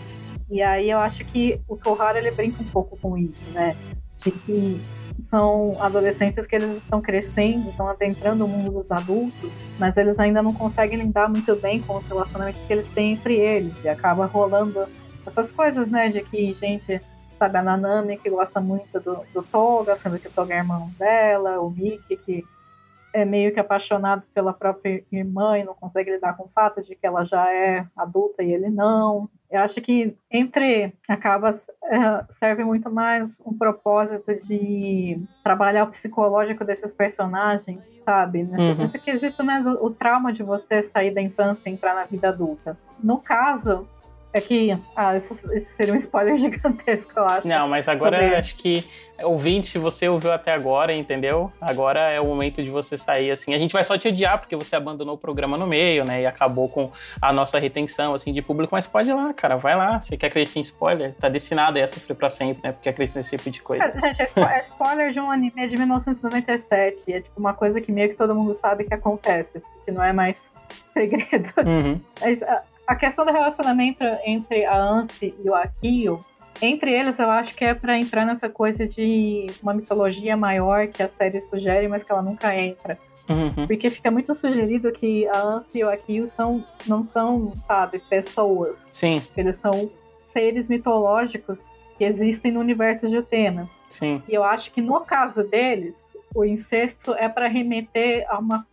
S2: E aí eu acho que o Kohara, ele brinca um pouco com isso, né? De que são adolescentes que eles estão crescendo, estão adentrando o mundo dos adultos, mas eles ainda não conseguem lidar muito bem com os relacionamentos que eles têm entre eles, e acaba rolando essas coisas, né, de que gente, sabe, a Nanami que gosta muito do, do Toga, sendo que o Toga é irmão dela, o Miki que é meio que apaixonado pela própria irmã e não consegue lidar com o fato de que ela já é adulta e ele não. Eu acho que entre acaba é, serve muito mais um propósito de trabalhar o psicológico desses personagens, sabe? Nesse,
S1: uhum.
S2: nesse quesito, né, o, o trauma de você sair da infância e entrar na vida adulta. No caso, é que... Ah, isso, isso seria um spoiler gigantesco, eu acho.
S1: Não, mas agora eu acho que... Ouvinte, se você ouviu até agora, entendeu? Agora é o momento de você sair, assim. A gente vai só te odiar porque você abandonou o programa no meio, né? E acabou com a nossa retenção, assim, de público. Mas pode ir lá, cara. Vai lá. Você quer acreditar em spoiler? Tá destinado aí a sofrer pra sempre, né? Porque acredita nesse tipo de coisa.
S2: É, gente, é spoiler de um anime de mil novecentos e noventa e sete. É tipo uma coisa que meio que todo mundo sabe que acontece. Que não é mais segredo.
S1: Uhum.
S2: Mas a, a questão do relacionamento entre a Ansi e o Akio, entre eles, eu acho que é pra entrar nessa coisa de uma mitologia maior que a série sugere, mas que ela nunca entra.
S1: Uhum.
S2: Porque fica muito sugerido que a Ansi e o Akio são, não são, sabe, pessoas.
S1: Sim.
S2: Eles são seres mitológicos que existem no universo de Utena.
S1: Sim.
S2: E eu acho que no caso deles, o incesto é para remeter a uma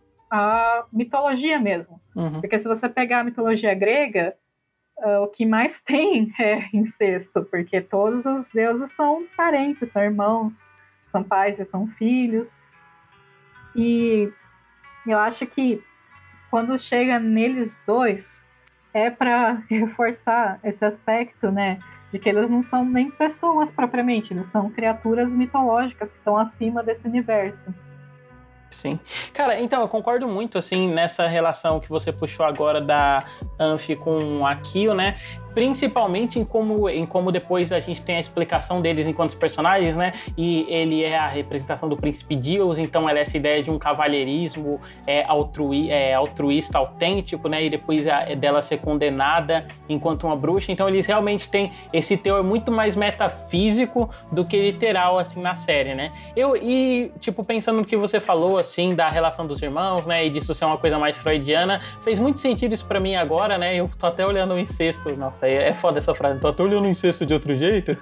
S2: a mitologia mesmo.
S1: Uhum.
S2: Porque se você pegar a mitologia grega, Uh, o que mais tem é incesto, porque todos os deuses são parentes, são irmãos, são pais e são filhos. E eu acho que quando chega neles dois, é para reforçar esse aspecto, né, de que eles não são nem pessoas propriamente, eles são criaturas mitológicas que estão acima desse universo.
S1: Sim. Cara, então, eu concordo muito, assim, nessa relação que você puxou agora da Anfi com a Kyo, né? Principalmente em como, em como depois a gente tem a explicação deles enquanto personagens, né? E ele é a representação do príncipe Deus, então ela é essa ideia de um cavalheirismo é, altrui, é, altruísta, autêntico, né? E depois a, dela ser condenada enquanto uma bruxa. Então eles realmente têm esse teor muito mais metafísico do que literal, assim, na série, né? Eu, e, tipo, pensando no que você falou, assim, da relação dos irmãos, né? E disso ser uma coisa mais freudiana, fez muito sentido isso pra mim agora, né? Eu tô até olhando o incesto, nossa, é foda essa frase. Tô até olhando o incesto de outro jeito.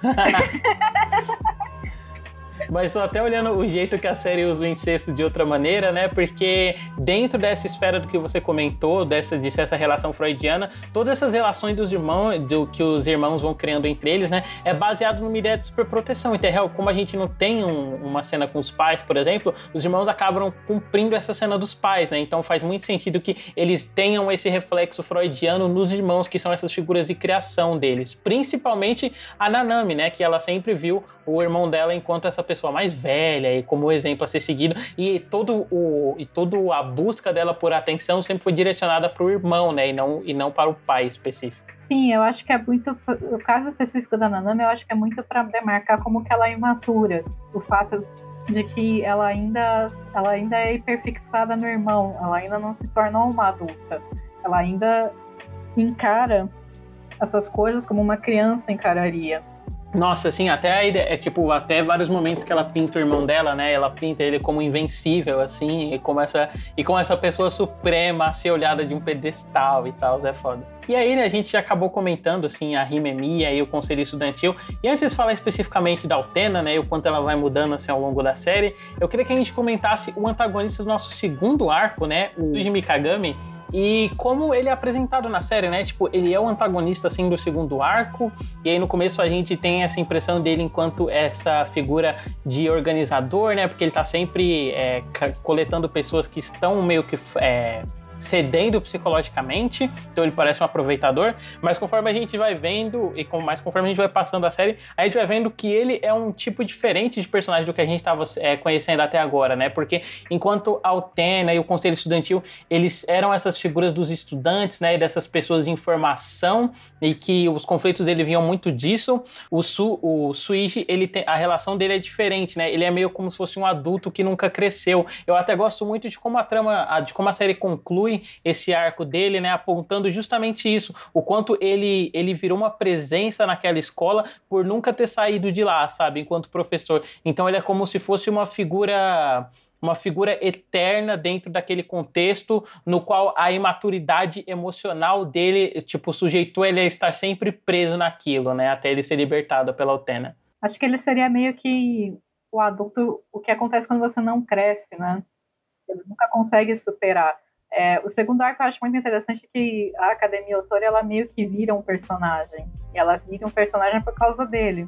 S1: Mas tô até olhando o jeito que a série usa o incesto de outra maneira, né? Porque dentro dessa esfera do que você comentou, dessa, de ser essa relação freudiana, todas essas relações dos irmãos, do que os irmãos vão criando entre eles, né? É baseado numa ideia de superproteção. Então, como a gente não tem um, uma cena com os pais, por exemplo, os irmãos acabam cumprindo essa cena dos pais, né? Então faz muito sentido que eles tenham esse reflexo freudiano nos irmãos, que são essas figuras de criação deles. Principalmente a Nanami, né? Que ela sempre viu o irmão dela enquanto essa pessoa mais velha e como exemplo a ser seguido, e todo o e toda a busca dela por atenção sempre foi direcionada para o irmão, né, e não e não para o pai específico.
S2: Sim, eu acho que é muito, o caso específico da Nanami, eu acho que é muito para demarcar como que ela é imatura, o fato de que ela ainda ela ainda é hiperfixada no irmão, ela ainda não se tornou uma adulta, ela ainda encara essas coisas como uma criança encararia.
S1: Nossa, assim, até a ideia, é tipo, até vários momentos que ela pinta o irmão dela, né? Ela pinta ele como invencível, assim, e como essa, e como essa pessoa suprema a ser olhada de um pedestal e tal, é foda. E aí, né, a gente já acabou comentando, assim, a Himemiya e o Conselho Estudantil. E antes de falar especificamente da Utena, né, e o quanto ela vai mudando, assim, ao longo da série, eu queria que a gente comentasse o antagonista do nosso segundo arco, né, o Tsuji Mikagami, e como ele é apresentado na série, né? Tipo, ele é o antagonista, assim, do segundo arco. E aí, no começo, a gente tem essa impressão dele enquanto essa figura de organizador, né? Porque ele tá sempre é, coletando pessoas que estão meio que... É, cedendo psicologicamente, então ele parece um aproveitador, mas conforme a gente vai vendo, e com, mais conforme a gente vai passando a série, a gente vai vendo que ele é um tipo diferente de personagem do que a gente estava é, conhecendo até agora, né? Porque enquanto a Utena e o Conselho Estudantil, eles eram essas figuras dos estudantes, né? E dessas pessoas de informação, e que os conflitos dele vinham muito disso, o, Su, o Suigi, ele tem, a relação dele é diferente, né? Ele é meio como se fosse um adulto que nunca cresceu. Eu até gosto muito de como a trama, de como a série conclui esse arco dele, né, apontando justamente isso, o quanto ele, ele virou uma presença naquela escola por nunca ter saído de lá, sabe, enquanto professor. Então ele é como se fosse uma figura... uma figura eterna dentro daquele contexto no qual a imaturidade emocional dele, tipo, sujeitou ele a estar sempre preso naquilo, né, até ele ser libertado pela Utena.
S2: Acho que ele seria meio que o adulto, o que acontece quando você não cresce, né? Ele nunca consegue superar. É, o segundo arco eu acho muito interessante que a Academia Otori, ela meio que vira um personagem. E ela vira um personagem por causa dele.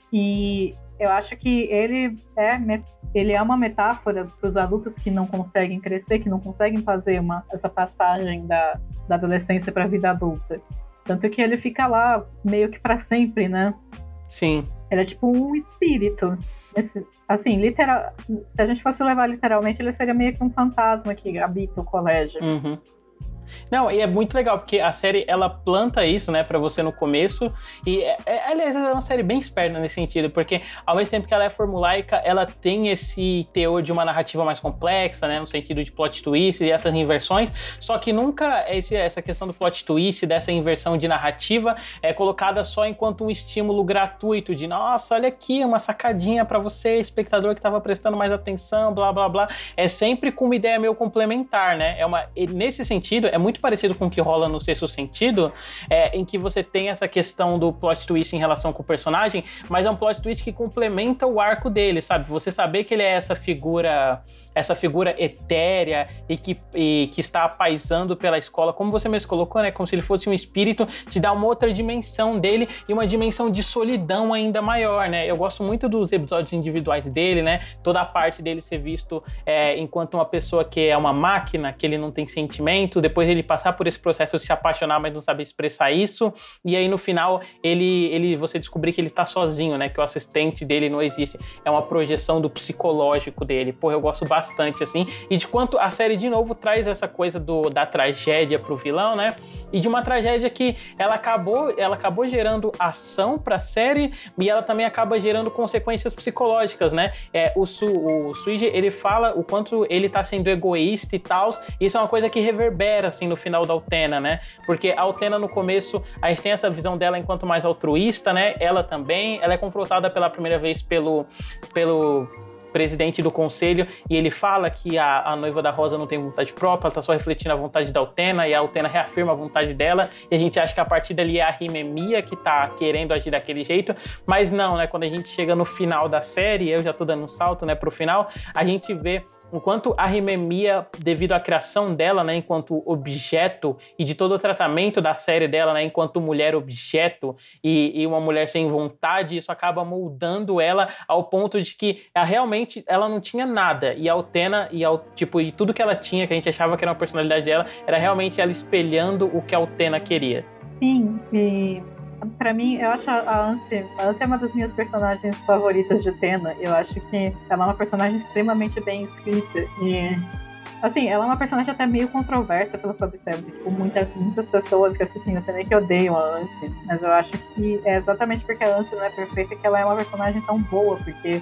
S2: E eu acho que ele é, ele é uma metáfora para os adultos que não conseguem crescer, que não conseguem fazer uma, essa passagem da, da adolescência para a vida adulta. Tanto que ele fica lá meio que para sempre, né?
S1: Sim.
S2: Ele é tipo um espírito. Esse, assim, literal, se a gente fosse levar literalmente, ele seria meio que um fantasma que habita o colégio.
S1: Uhum. Não, e é muito legal, porque a série, ela planta isso, né, pra você no começo, e, é, é, aliás, é uma série bem esperta nesse sentido, porque ao mesmo tempo que ela é formulaica, ela tem esse teor de uma narrativa mais complexa, né, no sentido de plot twist e essas inversões, só que nunca esse, essa questão do plot twist, dessa inversão de narrativa, é colocada só enquanto um estímulo gratuito de, nossa, olha aqui, uma sacadinha pra você, espectador que tava prestando mais atenção, blá, blá, blá, é sempre com uma ideia meio complementar, né, é uma, nesse sentido, é muito parecido com o que rola no Sexto Sentido, é, em que você tem essa questão do plot twist em relação com o personagem, mas é um plot twist que complementa o arco dele, sabe? Você saber que ele é essa figura, essa figura etérea e que, e que está apaisando pela escola, como você mesmo colocou, né? Como se ele fosse um espírito, te dá uma outra dimensão dele e uma dimensão de solidão ainda maior, né? Eu gosto muito dos episódios individuais dele, né? Toda a parte dele ser visto é, enquanto uma pessoa que é uma máquina, que ele não tem sentimento, depois ele passar por esse processo de se apaixonar, mas não saber expressar isso, e aí no final ele, ele, você descobrir que ele tá sozinho, né, que o assistente dele não existe, é uma projeção do psicológico dele. Pô, eu gosto bastante, assim, e de quanto a série de novo traz essa coisa do, da tragédia pro vilão, né, e de uma tragédia que ela acabou, ela acabou gerando ação pra série, e ela também acaba gerando consequências psicológicas, né, é, o, Su, o Suigi, ele fala o quanto ele tá sendo egoísta e tal, isso é uma coisa que reverbera, assim, no final da Utena, né? Porque a Utena, no começo, a gente tem essa visão dela enquanto mais altruísta, né? Ela também, ela é confrontada pela primeira vez pelo, pelo presidente do conselho, e ele fala que a, a noiva da Rosa não tem vontade própria, ela tá só refletindo a vontade da Utena, e a Utena reafirma a vontade dela, e a gente acha que a partir dali é a Himemiya que tá querendo agir daquele jeito, mas não, né? Quando a gente chega no final da série, eu já tô dando um salto, né, pro final, a gente vê enquanto a Himemiya, devido à criação dela, né, enquanto objeto, e de todo o tratamento da série dela, né, enquanto mulher objeto, e, e uma mulher sem vontade, isso acaba moldando ela ao ponto de que ela realmente ela não tinha nada, e a Utena, e, a, tipo, e tudo que ela tinha, que a gente achava que era uma personalidade dela, era realmente ela espelhando o que a Utena queria.
S2: Sim, e pra mim, eu acho a Anse, a Anse é uma das minhas personagens favoritas de Utena. Eu acho que ela é uma personagem extremamente bem escrita. E, assim, ela é uma personagem até meio controversa, pelo que eu observo. Tipo, muitas, muitas pessoas que assistem Utena que odeiam a Anse. Mas eu acho que é exatamente porque a Anse não é perfeita que ela é uma personagem tão boa, porque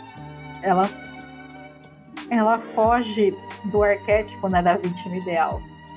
S2: ela, ela foge do arquétipo, né, da vítima ideal.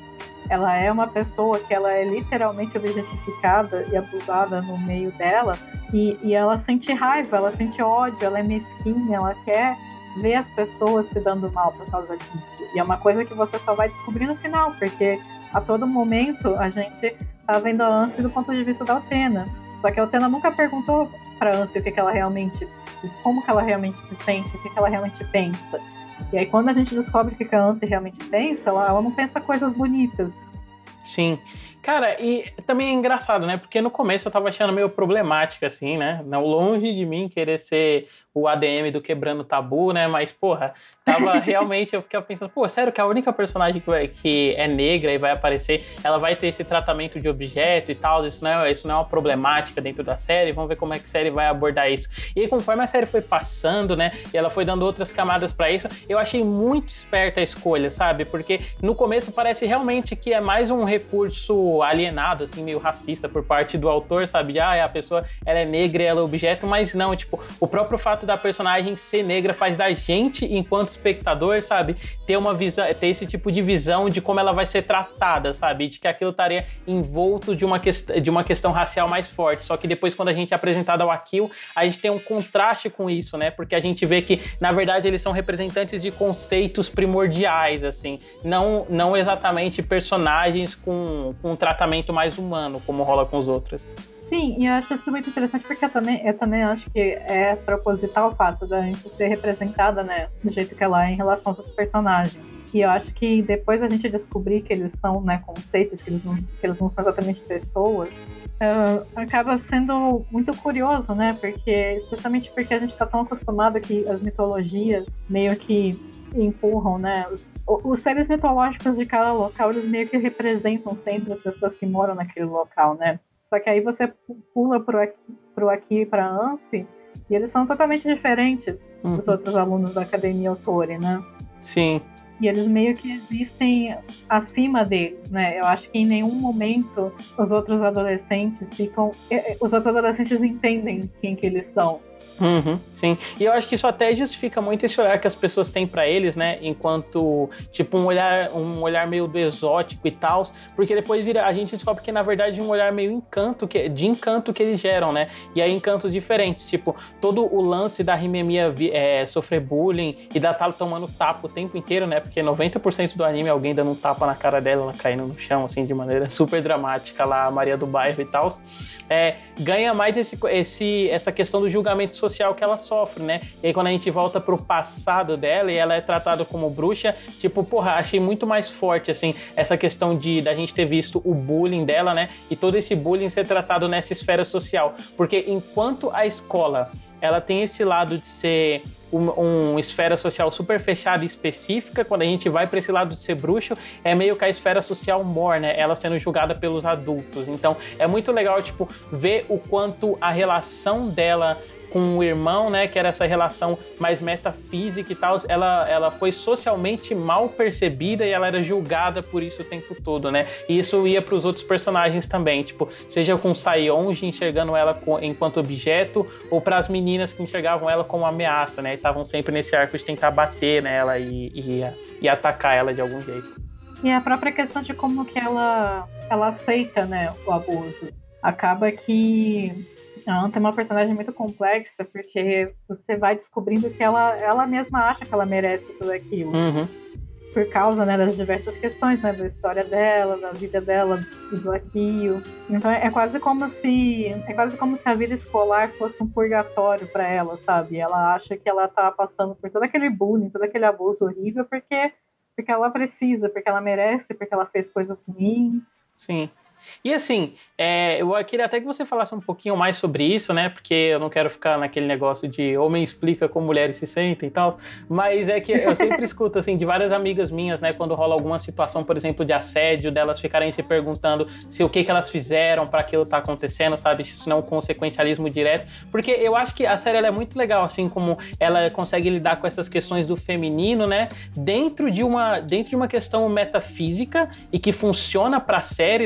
S2: ela é uma pessoa que ela é literalmente objetificada e abusada no meio dela, e, e ela sente raiva, ela sente ódio, ela é mesquinha, ela quer ver as pessoas se dando mal por causa disso. E é uma coisa que você só vai descobrir no final, porque a todo momento a gente tá vendo a Ansem do ponto de vista da Utena. Só que a Utena nunca perguntou pra Ansem o que, que ela realmente, como que ela realmente se sente, o que, que ela realmente pensa. E aí quando a gente descobre o que, que a Ansem realmente pensa, ela, ela não pensa coisas bonitas.
S1: Sim. Cara, e também é engraçado, né? Porque no começo eu tava achando meio problemática, assim, né? Não longe de mim querer ser o A D M do Quebrando Tabu, né? Mas, porra, tava realmente, eu ficava pensando, pô, sério que a única personagem que, vai, que é negra e vai aparecer, ela vai ter esse tratamento de objeto e tal, isso não, é, isso não é uma problemática dentro da série, vamos ver como é que a série vai abordar isso. E aí, conforme a série foi passando, né? E ela foi dando outras camadas pra isso, eu achei muito esperta a escolha, sabe? Porque no começo parece realmente que é mais um recurso alienado, assim, meio racista por parte do autor, sabe? Ah, a pessoa, ela é negra e ela é objeto, mas não, tipo, o próprio fato da personagem ser negra faz da gente, enquanto espectador, sabe? Ter uma visão, ter esse tipo de visão de como ela vai ser tratada, sabe? De que aquilo estaria envolto de uma, quest- de uma questão racial mais forte. Só que depois, quando a gente é apresentado ao Akio, a gente tem um contraste com isso, né? Porque a gente vê que, na verdade, eles são representantes de conceitos primordiais, assim. Não, não exatamente personagens com, com um tratamento mais humano, como rola com os outros.
S2: Sim, e eu acho isso muito interessante porque eu também, eu também acho que é proposital o fato da gente ser representada, né, do jeito que ela é em relação aos personagens. E eu acho que depois a gente descobrir que eles são, né, conceitos, que eles não, que eles não são exatamente pessoas, uh, acaba sendo muito curioso, né, porque justamente porque a gente está tão acostumado que as mitologias meio que empurram, né, os, os seres mitológicos de cada local, eles meio que representam sempre as pessoas que moram naquele local, né. Só que aí você pula pro aqui, pro aqui e pra Ansem, e eles são totalmente diferentes uhum. dos outros alunos da Academia Otori, né?
S1: Sim.
S2: E eles meio que existem acima deles, né? Eu acho que em nenhum momento os outros adolescentes ficam... Os outros adolescentes entendem quem que eles são.
S1: Uhum, sim, e eu acho que isso até justifica muito esse olhar que as pessoas têm pra eles, né, enquanto, tipo, um olhar, um olhar meio do exótico e tal, porque depois vira, a gente descobre que, na verdade, um olhar meio encanto, que, de encanto que eles geram, né, e aí encantos diferentes, tipo, todo o lance da Himemiya é, sofrer bullying e da Talo tomando tapa o tempo inteiro, né, porque noventa por cento do anime é alguém dando um tapa na cara dela, ela caindo no chão, assim, de maneira super dramática lá, a Maria do Bairro e tal, é, ganha mais esse, esse, essa questão do julgamento social que ela sofre, né? E aí quando a gente volta pro passado dela e ela é tratada como bruxa, tipo, porra, achei muito mais forte, assim, essa questão de da gente ter visto o bullying dela, né? E todo esse bullying ser tratado nessa esfera social. Porque enquanto a escola, ela tem esse lado de ser uma um esfera social super fechada e específica, quando a gente vai para esse lado de ser bruxo, é meio que a esfera social more, né? Ela sendo julgada pelos adultos. Então, é muito legal, tipo, ver o quanto a relação dela com o irmão, né, que era essa relação mais metafísica e tal, ela, ela foi socialmente mal percebida e ela era julgada por isso o tempo todo, né, e isso ia para os outros personagens também, tipo, seja com Saionji enxergando ela com, enquanto objeto, ou para as meninas que enxergavam ela como ameaça, né, estavam sempre nesse arco de tentar bater nela e, e, e atacar ela de algum jeito.
S2: E a própria questão de como que ela, ela aceita, né, o abuso, acaba que a Anta é uma personagem muito complexa, porque você vai descobrindo que ela, ela mesma acha que ela merece tudo aquilo.
S1: Uhum.
S2: Por causa, né, das diversas questões, né, da história dela, da vida dela e do Akio. Então é quase como se é quase como se a vida escolar fosse um purgatório para ela, sabe? Ela acha que ela tá passando por todo aquele bullying, todo aquele abuso horrível, porque, porque ela precisa, porque ela merece, porque ela fez coisas ruins.
S1: Sim. E assim, é, eu queria até que você falasse um pouquinho mais sobre isso, né? Porque eu não quero ficar naquele negócio de homem explica como mulheres se sentem e tal. Mas é que eu sempre escuto, assim, de várias amigas minhas, né? Quando rola alguma situação, por exemplo, de assédio, delas ficarem se perguntando se o que, que elas fizeram para aquilo tá acontecendo, sabe? Se isso não é um consequencialismo direto. Porque eu acho que a série ela é muito legal, assim, como ela consegue lidar com essas questões do feminino, né? Dentro de uma, dentro de uma questão metafísica e que funciona pra série, né? Tipo,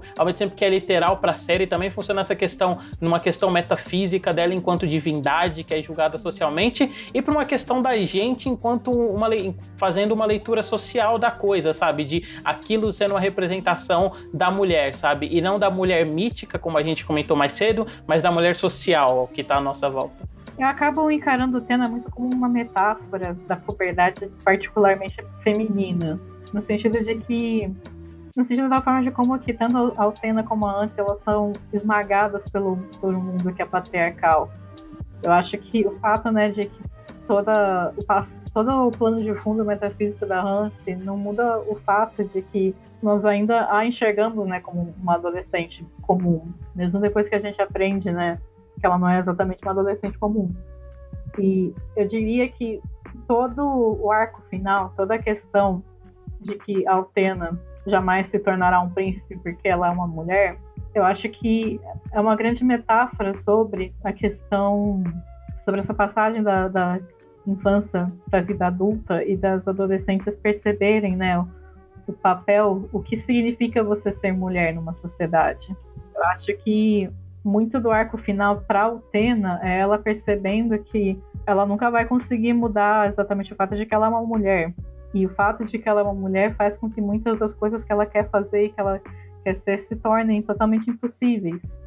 S1: ao mesmo tempo que é literal pra série, também funciona essa questão, numa questão metafísica dela enquanto divindade, que é julgada socialmente, e pra uma questão da gente enquanto uma fazendo uma leitura social da coisa, sabe? De aquilo sendo uma representação da mulher, sabe? E não da mulher mítica, como a gente comentou mais cedo, mas da mulher social que tá à nossa volta.
S2: Eu acabo encarando Utena muito como uma metáfora da puberdade particularmente feminina, no sentido de que, no sentido da forma de como que tanto a Utena como a Anthy, elas são esmagadas pelo, por um mundo que é patriarcal. Eu acho que o fato, né, de que toda, todo o plano de fundo metafísico da Anthy não muda o fato de que nós ainda a enxergamos, né, como uma adolescente comum, mesmo depois que a gente aprende, né, que ela não é exatamente uma adolescente comum. E eu diria que todo o arco final, toda a questão de que a Utena jamais se tornará um príncipe porque ela é uma mulher, eu acho que é uma grande metáfora sobre a questão, sobre essa passagem da, da infância para a vida adulta e das adolescentes perceberem, né, o, o papel, o que significa você ser mulher numa sociedade. Eu acho que muito do arco final para Utena é ela percebendo que ela nunca vai conseguir mudar exatamente o fato de que ela é uma mulher. E o fato de que ela é uma mulher faz com que muitas das coisas que ela quer fazer e que ela quer ser se tornem totalmente impossíveis.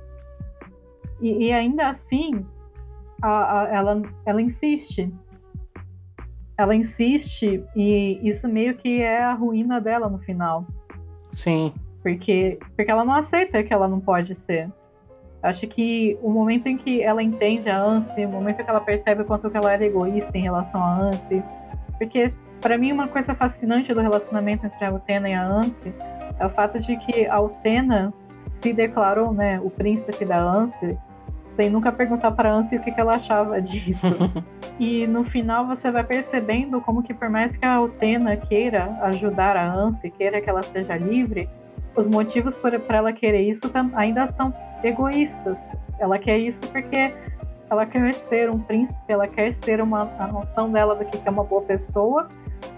S2: E, e ainda assim, a, a, ela, ela insiste. Ela insiste e isso meio que é a ruína dela no final.
S1: Sim.
S2: Porque, porque ela não aceita que ela não pode ser. Acho que o momento em que ela entende a Anthy, o momento em que ela percebe o quanto que ela era egoísta em relação a Anthy, porque para mim uma coisa fascinante do relacionamento entre a Utena e a Anthy é o fato de que a Utena se declarou, né, o príncipe da Anthy sem nunca perguntar para a Anthy o que, que ela achava disso. E no final você vai percebendo como que por mais que a Utena queira ajudar a Anthy, queira que ela seja livre, os motivos para ela querer isso ainda são egoístas. Ela quer isso porque ela quer ser um príncipe, ela quer ser uma, a noção dela do que é uma boa pessoa,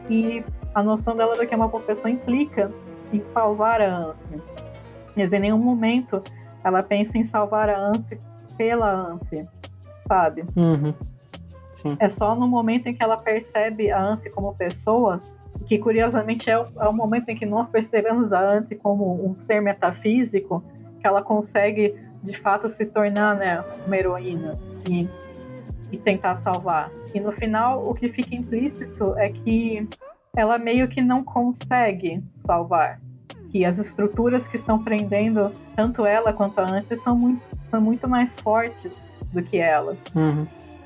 S2: e a noção dela do que é uma boa pessoa implica em salvar a Anthy. Mas em nenhum momento ela pensa em salvar a Anthy pela Anthy, sabe?
S1: Uhum. Sim.
S2: É só no momento em que ela percebe a Anthy como pessoa, que curiosamente é o, é o momento em que nós percebemos a Anthy como um ser metafísico, que ela consegue de fato se tornar, né, uma heroína e, e tentar salvar. E no final o que fica implícito é que ela meio que não consegue salvar, que as estruturas que estão prendendo tanto ela quanto a Anthy são muito, são muito mais fortes do que ela.
S1: Uhum.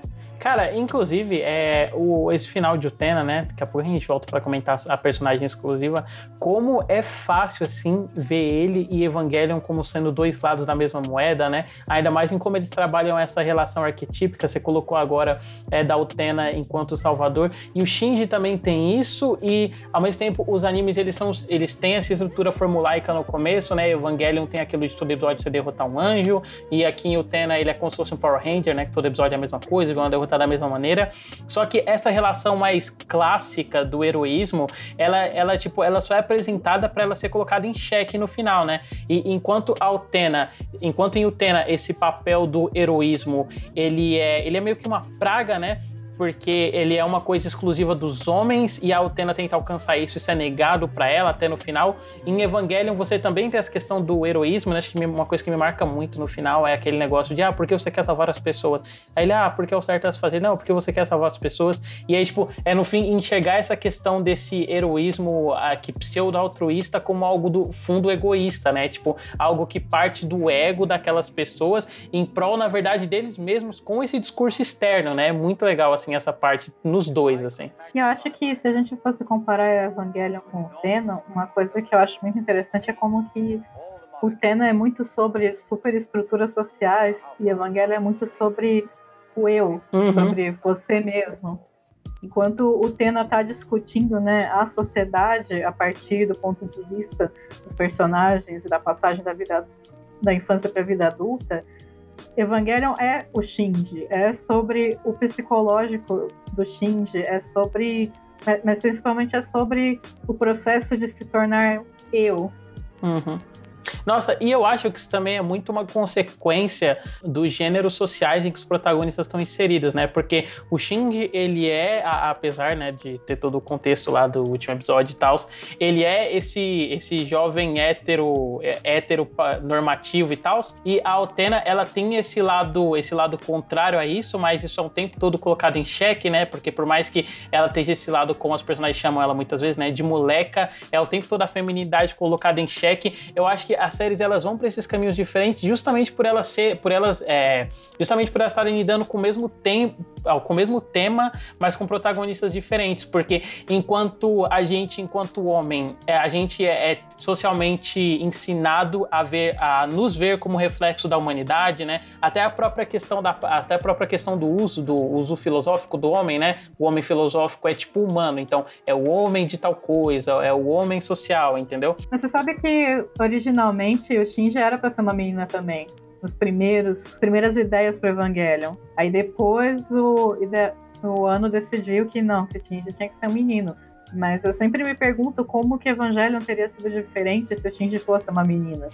S1: Cara, inclusive, é, o, esse final de Utena, né? Daqui a pouco a gente volta pra comentar a personagem exclusiva. Como é fácil, assim, ver ele e Evangelion como sendo dois lados da mesma moeda, né? Ainda mais em como eles trabalham essa relação arquetípica. Você colocou agora é, da Utena enquanto salvador. E o Shinji também tem isso. E, ao mesmo tempo, os animes, eles, são, eles têm essa estrutura formulaica no começo, né? Evangelion tem aquilo de todo episódio você derrotar um anjo. E aqui em Utena, ele é como se fosse um Power Ranger, né? Que todo episódio é a mesma coisa, igual derrotar da mesma maneira, só que essa relação mais clássica do heroísmo, ela, ela, tipo, ela só é apresentada para ela ser colocada em xeque no final, né? E enquanto a Utena, enquanto em Utena esse papel do heroísmo, ele é, ele é meio que uma praga, né? Porque ele é uma coisa exclusiva dos homens e a Utena tenta alcançar isso, isso é negado pra ela até no final. Em Evangelion você também tem essa questão do heroísmo, né? Acho que uma coisa que me marca muito no final é aquele negócio de, ah, por que você quer salvar as pessoas? Aí ele, ah, porque é o certo a se fazer. Não, porque você quer salvar as pessoas. E aí, tipo, é no fim enxergar essa questão desse heroísmo aqui, pseudo-altruísta como algo do fundo egoísta, né? Tipo, algo que parte do ego daquelas pessoas em prol, na verdade, deles mesmos com esse discurso externo, né? Muito legal, assim, essa parte nos dois, assim.
S2: E eu acho que se a gente fosse comparar Evangelion com o Utena, uma coisa que eu acho muito interessante é como que o Utena é muito sobre superestruturas sociais e Evangelion é muito sobre o eu, uhum. sobre você mesmo. Enquanto o Utena está discutindo, né, a sociedade a partir do ponto de vista dos personagens e da passagem da vida da infância para a vida adulta, Evangelion é o Shinji, é sobre o psicológico do Shinji, é sobre, mas principalmente é sobre o processo de se tornar eu.
S1: Uhum. Nossa, e eu acho que isso também é muito uma consequência dos gêneros sociais em que os protagonistas estão inseridos, né? Porque o Shinji, ele é, a, apesar, né, de ter todo o contexto lá do último episódio e tal, ele é esse, esse jovem hétero, hétero normativo e tal, e a Utena, ela tem esse lado, esse lado contrário a isso, mas isso é o tempo todo colocado em xeque, né? Porque por mais que ela esteja esse lado, como os personagens chamam ela muitas vezes, né, de moleca, é o tempo todo a feminidade colocada em xeque. Eu acho que as séries, elas vão para esses caminhos diferentes justamente por elas ser, por elas, é, justamente por elas estarem lidando com o mesmo tempo, com o mesmo tema, mas com protagonistas diferentes, porque enquanto a gente, enquanto homem, é, a gente é, é socialmente ensinado a ver, a nos ver como reflexo da humanidade, né? Até a própria questão da, até a própria questão do uso, do uso filosófico do homem, né? O homem filosófico é tipo humano, então é o homem de tal coisa, é o homem social, entendeu?
S2: Mas você sabe que originalmente o Shinji era pra ser uma menina também, nos primeiros primeiras ideias pro Evangelion. Aí depois o, o ano decidiu que não, que o Shinji tinha que ser um menino. Mas eu sempre me pergunto como que Evangelion teria sido diferente se o Shinji fosse uma menina.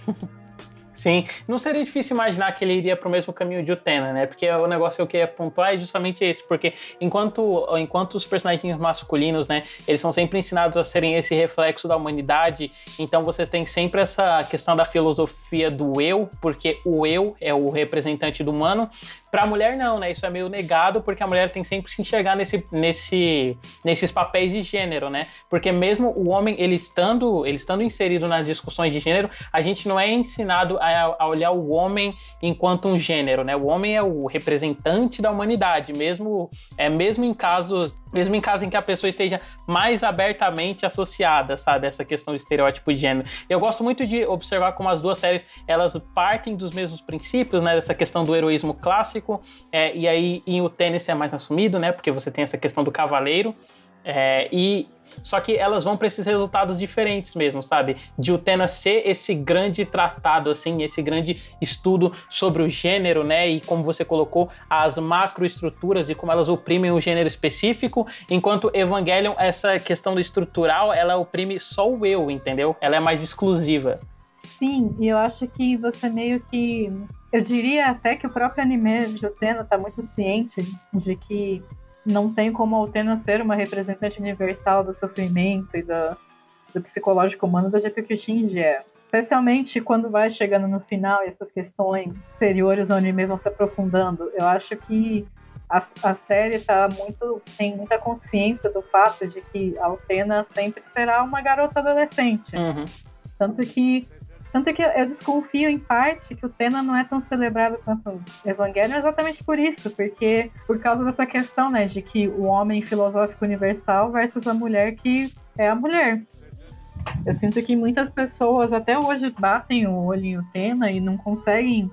S1: Sim, não seria difícil imaginar que ele iria para o mesmo caminho de Utena, né? Porque o negócio que eu queria pontuar é justamente esse, porque enquanto, enquanto os personagens masculinos, né, eles são sempre ensinados a serem esse reflexo da humanidade, então vocês têm sempre essa questão da filosofia do eu, porque o eu é o representante do humano. Para a mulher não, né? Isso é meio negado, porque a mulher tem sempre que se enxergar nesse, nesse, nesses papéis de gênero, né? Porque mesmo o homem, ele estando, ele estando inserido nas discussões de gênero, a gente não é ensinado a, a olhar o homem enquanto um gênero, né? O homem é o representante da humanidade, mesmo, é, mesmo, em casos, mesmo em caso em que a pessoa esteja mais abertamente associada, sabe? Essa questão do estereótipo de gênero. Eu gosto muito de observar como as duas séries, elas partem dos mesmos princípios, né? Dessa questão do heroísmo clássico. É, e aí em Utena é mais assumido, né? Porque você tem essa questão do cavaleiro. É, e só que elas vão para esses resultados diferentes mesmo, sabe? De Utena ser esse grande tratado, assim, esse grande estudo sobre o gênero, né? E como você colocou, as macroestruturas e como elas oprimem o gênero específico, enquanto Evangelion, essa questão do estrutural, ela oprime só o eu, entendeu? Ela é mais exclusiva.
S2: Sim, e eu acho que você meio que... Eu diria até que o próprio anime de Utena tá muito ciente de que não tem como a Utena ser uma representante universal do sofrimento e do, do psicológico humano do jeito que o Shinji é. Especialmente quando vai chegando no final e essas questões exteriores ao anime vão se aprofundando. Eu acho que a, a série tá muito, tem muita consciência do fato de que a Utena sempre será uma garota adolescente.
S1: Uhum.
S2: Tanto que Tanto que eu desconfio, em parte, que o Utena não é tão celebrado quanto o Evangelion exatamente por isso, porque por causa dessa questão, né, de que o homem filosófico universal versus a mulher que é a mulher. Eu sinto que muitas pessoas até hoje batem o olho em Utena e não conseguem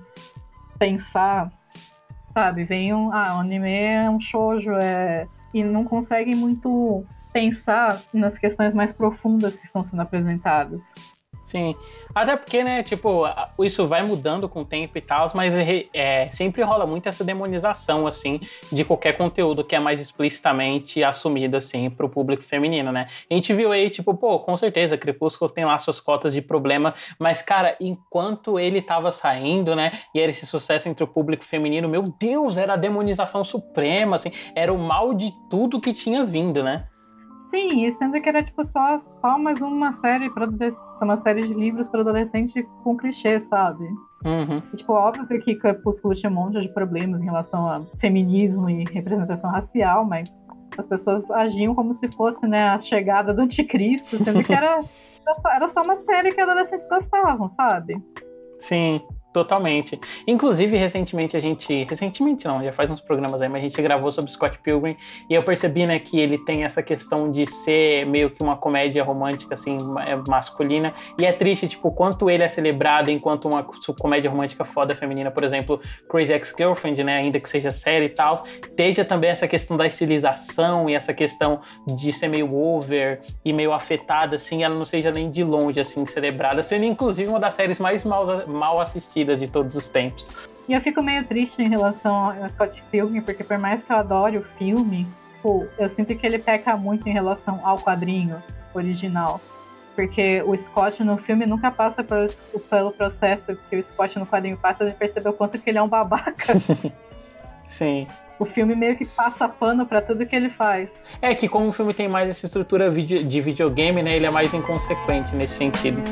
S2: pensar, sabe, vem um, ah, o anime é um shoujo, é, e não conseguem muito pensar nas questões mais profundas que estão sendo apresentadas.
S1: Sim, até porque, né, tipo, isso vai mudando com o tempo e tal, mas é, sempre rola muito essa demonização, assim, de qualquer conteúdo que é mais explicitamente assumido, assim, pro público feminino, né? A gente viu aí, tipo, pô, com certeza, Crepúsculo tem lá suas cotas de problema, mas, cara, enquanto ele tava saindo, né, e era esse sucesso entre o público feminino, meu Deus, era a demonização suprema, assim, era o mal de tudo que tinha vindo, né?
S2: Sim, e sendo que era tipo só, só mais uma série para uma série de livros para adolescente com clichê, sabe?
S1: Uhum.
S2: E, tipo, óbvio que Crepúsculo tinha um monte de problemas em relação a feminismo e representação racial, mas as pessoas agiam como se fosse, né, a chegada do anticristo, sendo que era, era só uma série que adolescentes gostavam, sabe?
S1: Sim. Totalmente. Inclusive, recentemente a gente... Recentemente não, já faz uns programas aí, mas a gente gravou sobre Scott Pilgrim e eu percebi, né, que ele tem essa questão de ser meio que uma comédia romântica, assim, masculina. E é triste, tipo, quanto ele é celebrado enquanto uma comédia romântica foda feminina, por exemplo, Crazy Ex-Girlfriend, né, ainda que seja série e tal, esteja também essa questão da estilização e essa questão de ser meio over e meio afetada, assim, ela não seja nem de longe, assim, celebrada, sendo inclusive uma das séries mais mal, mal assistidas de todos os tempos.
S2: E eu fico meio triste em relação ao Scott Pilgrim, porque por mais que eu adore o filme, pô, eu sinto que ele peca muito em relação ao quadrinho original. Porque o Scott no filme nunca passa pelo, pelo processo que o Scott no quadrinho passa de perceber o quanto que ele é um babaca.
S1: Sim.
S2: O filme meio que passa pano pra tudo que ele faz.
S1: É que como o filme tem mais essa estrutura de videogame, né, ele é mais inconsequente nesse sentido.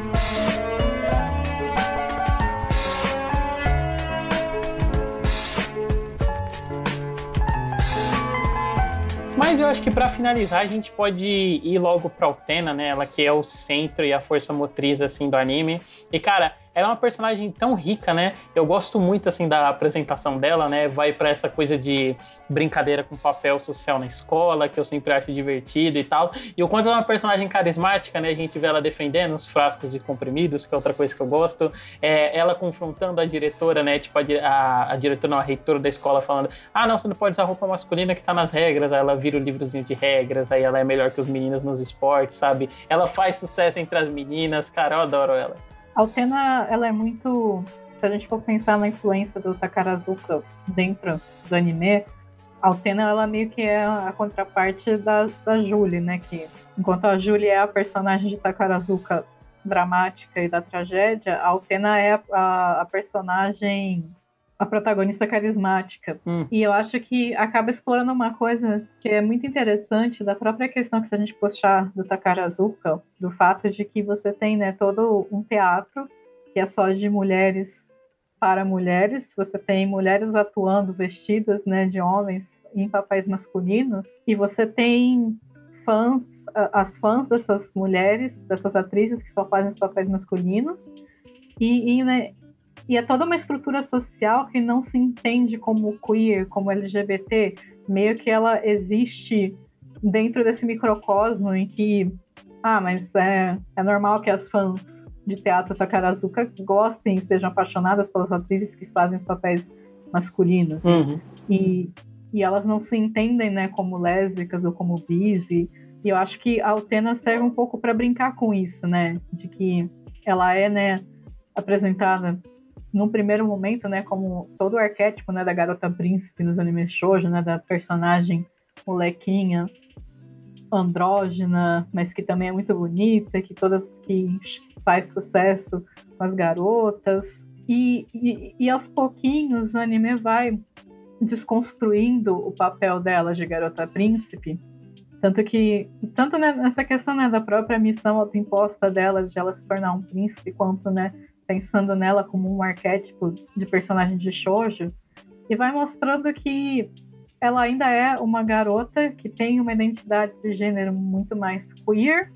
S1: Mas eu acho que para finalizar a gente pode ir logo pra Utena, né? Ela que é o centro e a força motriz assim do anime. E cara, ela é uma personagem tão rica, né? Eu gosto muito assim da apresentação dela, né? Vai para essa coisa de brincadeira com papel social na escola, que eu sempre acho divertido e tal. E o quanto ela é uma personagem carismática, né? A gente vê ela defendendo os frascos de comprimidos, que é outra coisa que eu gosto. É, ela confrontando a diretora, né? Tipo, a, a, a diretora, não, a reitora da escola falando: ah, não, você não pode usar roupa masculina que tá nas regras. Aí ela vira o livrozinho de regras, aí ela é melhor que os meninos nos esportes, sabe? Ela faz sucesso entre as meninas, cara, eu adoro ela.
S2: A Utena, ela é muito... Se a gente for pensar na influência do Takarazuka dentro do anime, a Utena, ela meio que é a contraparte da, da Julie, né? Que, enquanto a Julie é a personagem de Takarazuka dramática e da tragédia, a Utena é a, a, a personagem... a protagonista carismática. Hum. E eu acho que acaba explorando uma coisa que é muito interessante da própria questão que se a gente puxar do Takarazuka, do fato de que você tem, né, todo um teatro que é só de mulheres para mulheres, você tem mulheres atuando vestidas, né, de homens em papéis masculinos, e você tem fãs, as fãs dessas mulheres, dessas atrizes que só fazem os papéis masculinos, e, e né, E é toda uma estrutura social que não se entende como queer, como L G B T, meio que ela existe dentro desse microcosmo em que, ah, mas é, é normal que as fãs de teatro Takarazuka gostem e estejam apaixonadas pelas atrizes que fazem os papéis masculinos.
S1: Uhum.
S2: E, e elas não se entendem, né, como lésbicas ou como bis, e, e eu acho que a Utena serve um pouco para brincar com isso, né, de que ela é, né, apresentada num primeiro momento, né, como todo o arquétipo, né, da garota príncipe nos animes shoujo, né, da personagem molequinha, andrógena, mas que também é muito bonita, que todas que faz sucesso com as garotas. E, e, e aos pouquinhos o anime vai desconstruindo o papel dela de garota príncipe, tanto que, tanto né, nessa questão, né, da própria missão autoimposta dela, de ela se tornar um príncipe, quanto, né, pensando nela como um arquétipo de personagem de shoujo, e vai mostrando que ela ainda é uma garota que tem uma identidade de gênero muito mais queer,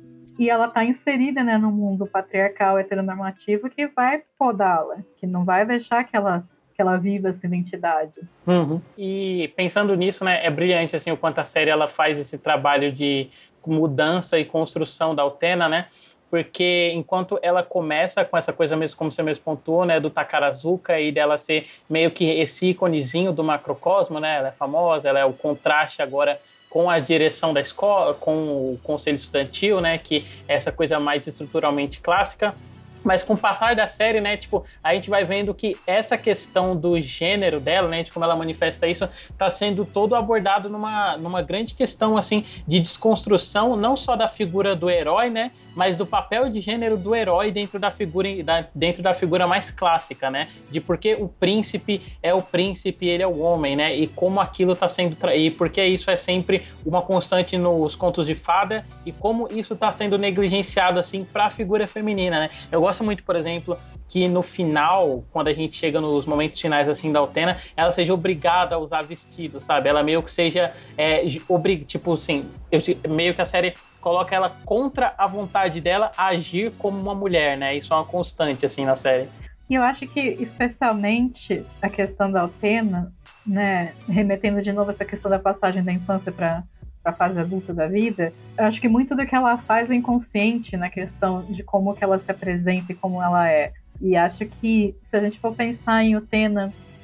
S2: e ela está inserida, né, no mundo patriarcal heteronormativo que vai podá-la, que não vai deixar que ela, que ela viva essa identidade.
S1: Uhum. E pensando nisso, né, é brilhante assim, o quanto a série ela faz esse trabalho de mudança e construção da Utena, né? Porque enquanto ela começa com essa coisa mesmo, como você mesmo pontuou, né, do Takarazuka, e dela ser meio que esse íconezinho do macrocosmo, né, ela é famosa, ela é o contraste agora com a direção da escola, com o conselho estudantil, né, que é essa coisa mais estruturalmente clássica. Mas com o passar da série, né, tipo, a gente vai vendo que essa questão do gênero dela, né, de como ela manifesta isso, tá sendo todo abordado numa, numa grande questão, assim, de desconstrução, não só da figura do herói, né, mas do papel de gênero do herói dentro da figura, da, dentro da figura mais clássica, né, de por que o príncipe é o príncipe, ele é o homem, né, e como aquilo tá sendo, tra- e porque isso é sempre uma constante nos contos de fada, e como isso tá sendo negligenciado, assim, pra figura feminina, né. Eu gosto muito, por exemplo, que no final, quando a gente chega nos momentos finais assim da Utena, ela seja obrigada a usar vestido, sabe? Ela meio que seja é, obrig... tipo assim, eu, meio que a série coloca ela contra a vontade dela a agir como uma mulher, né? Isso é uma constante assim na série.
S2: E eu acho que especialmente a questão da Utena, né, remetendo de novo essa questão da passagem da infância para a fase adulta da vida, eu acho que muito do que ela faz é inconsciente na questão de como que ela se apresenta e como ela é. E acho que, se a gente for pensar em Utena,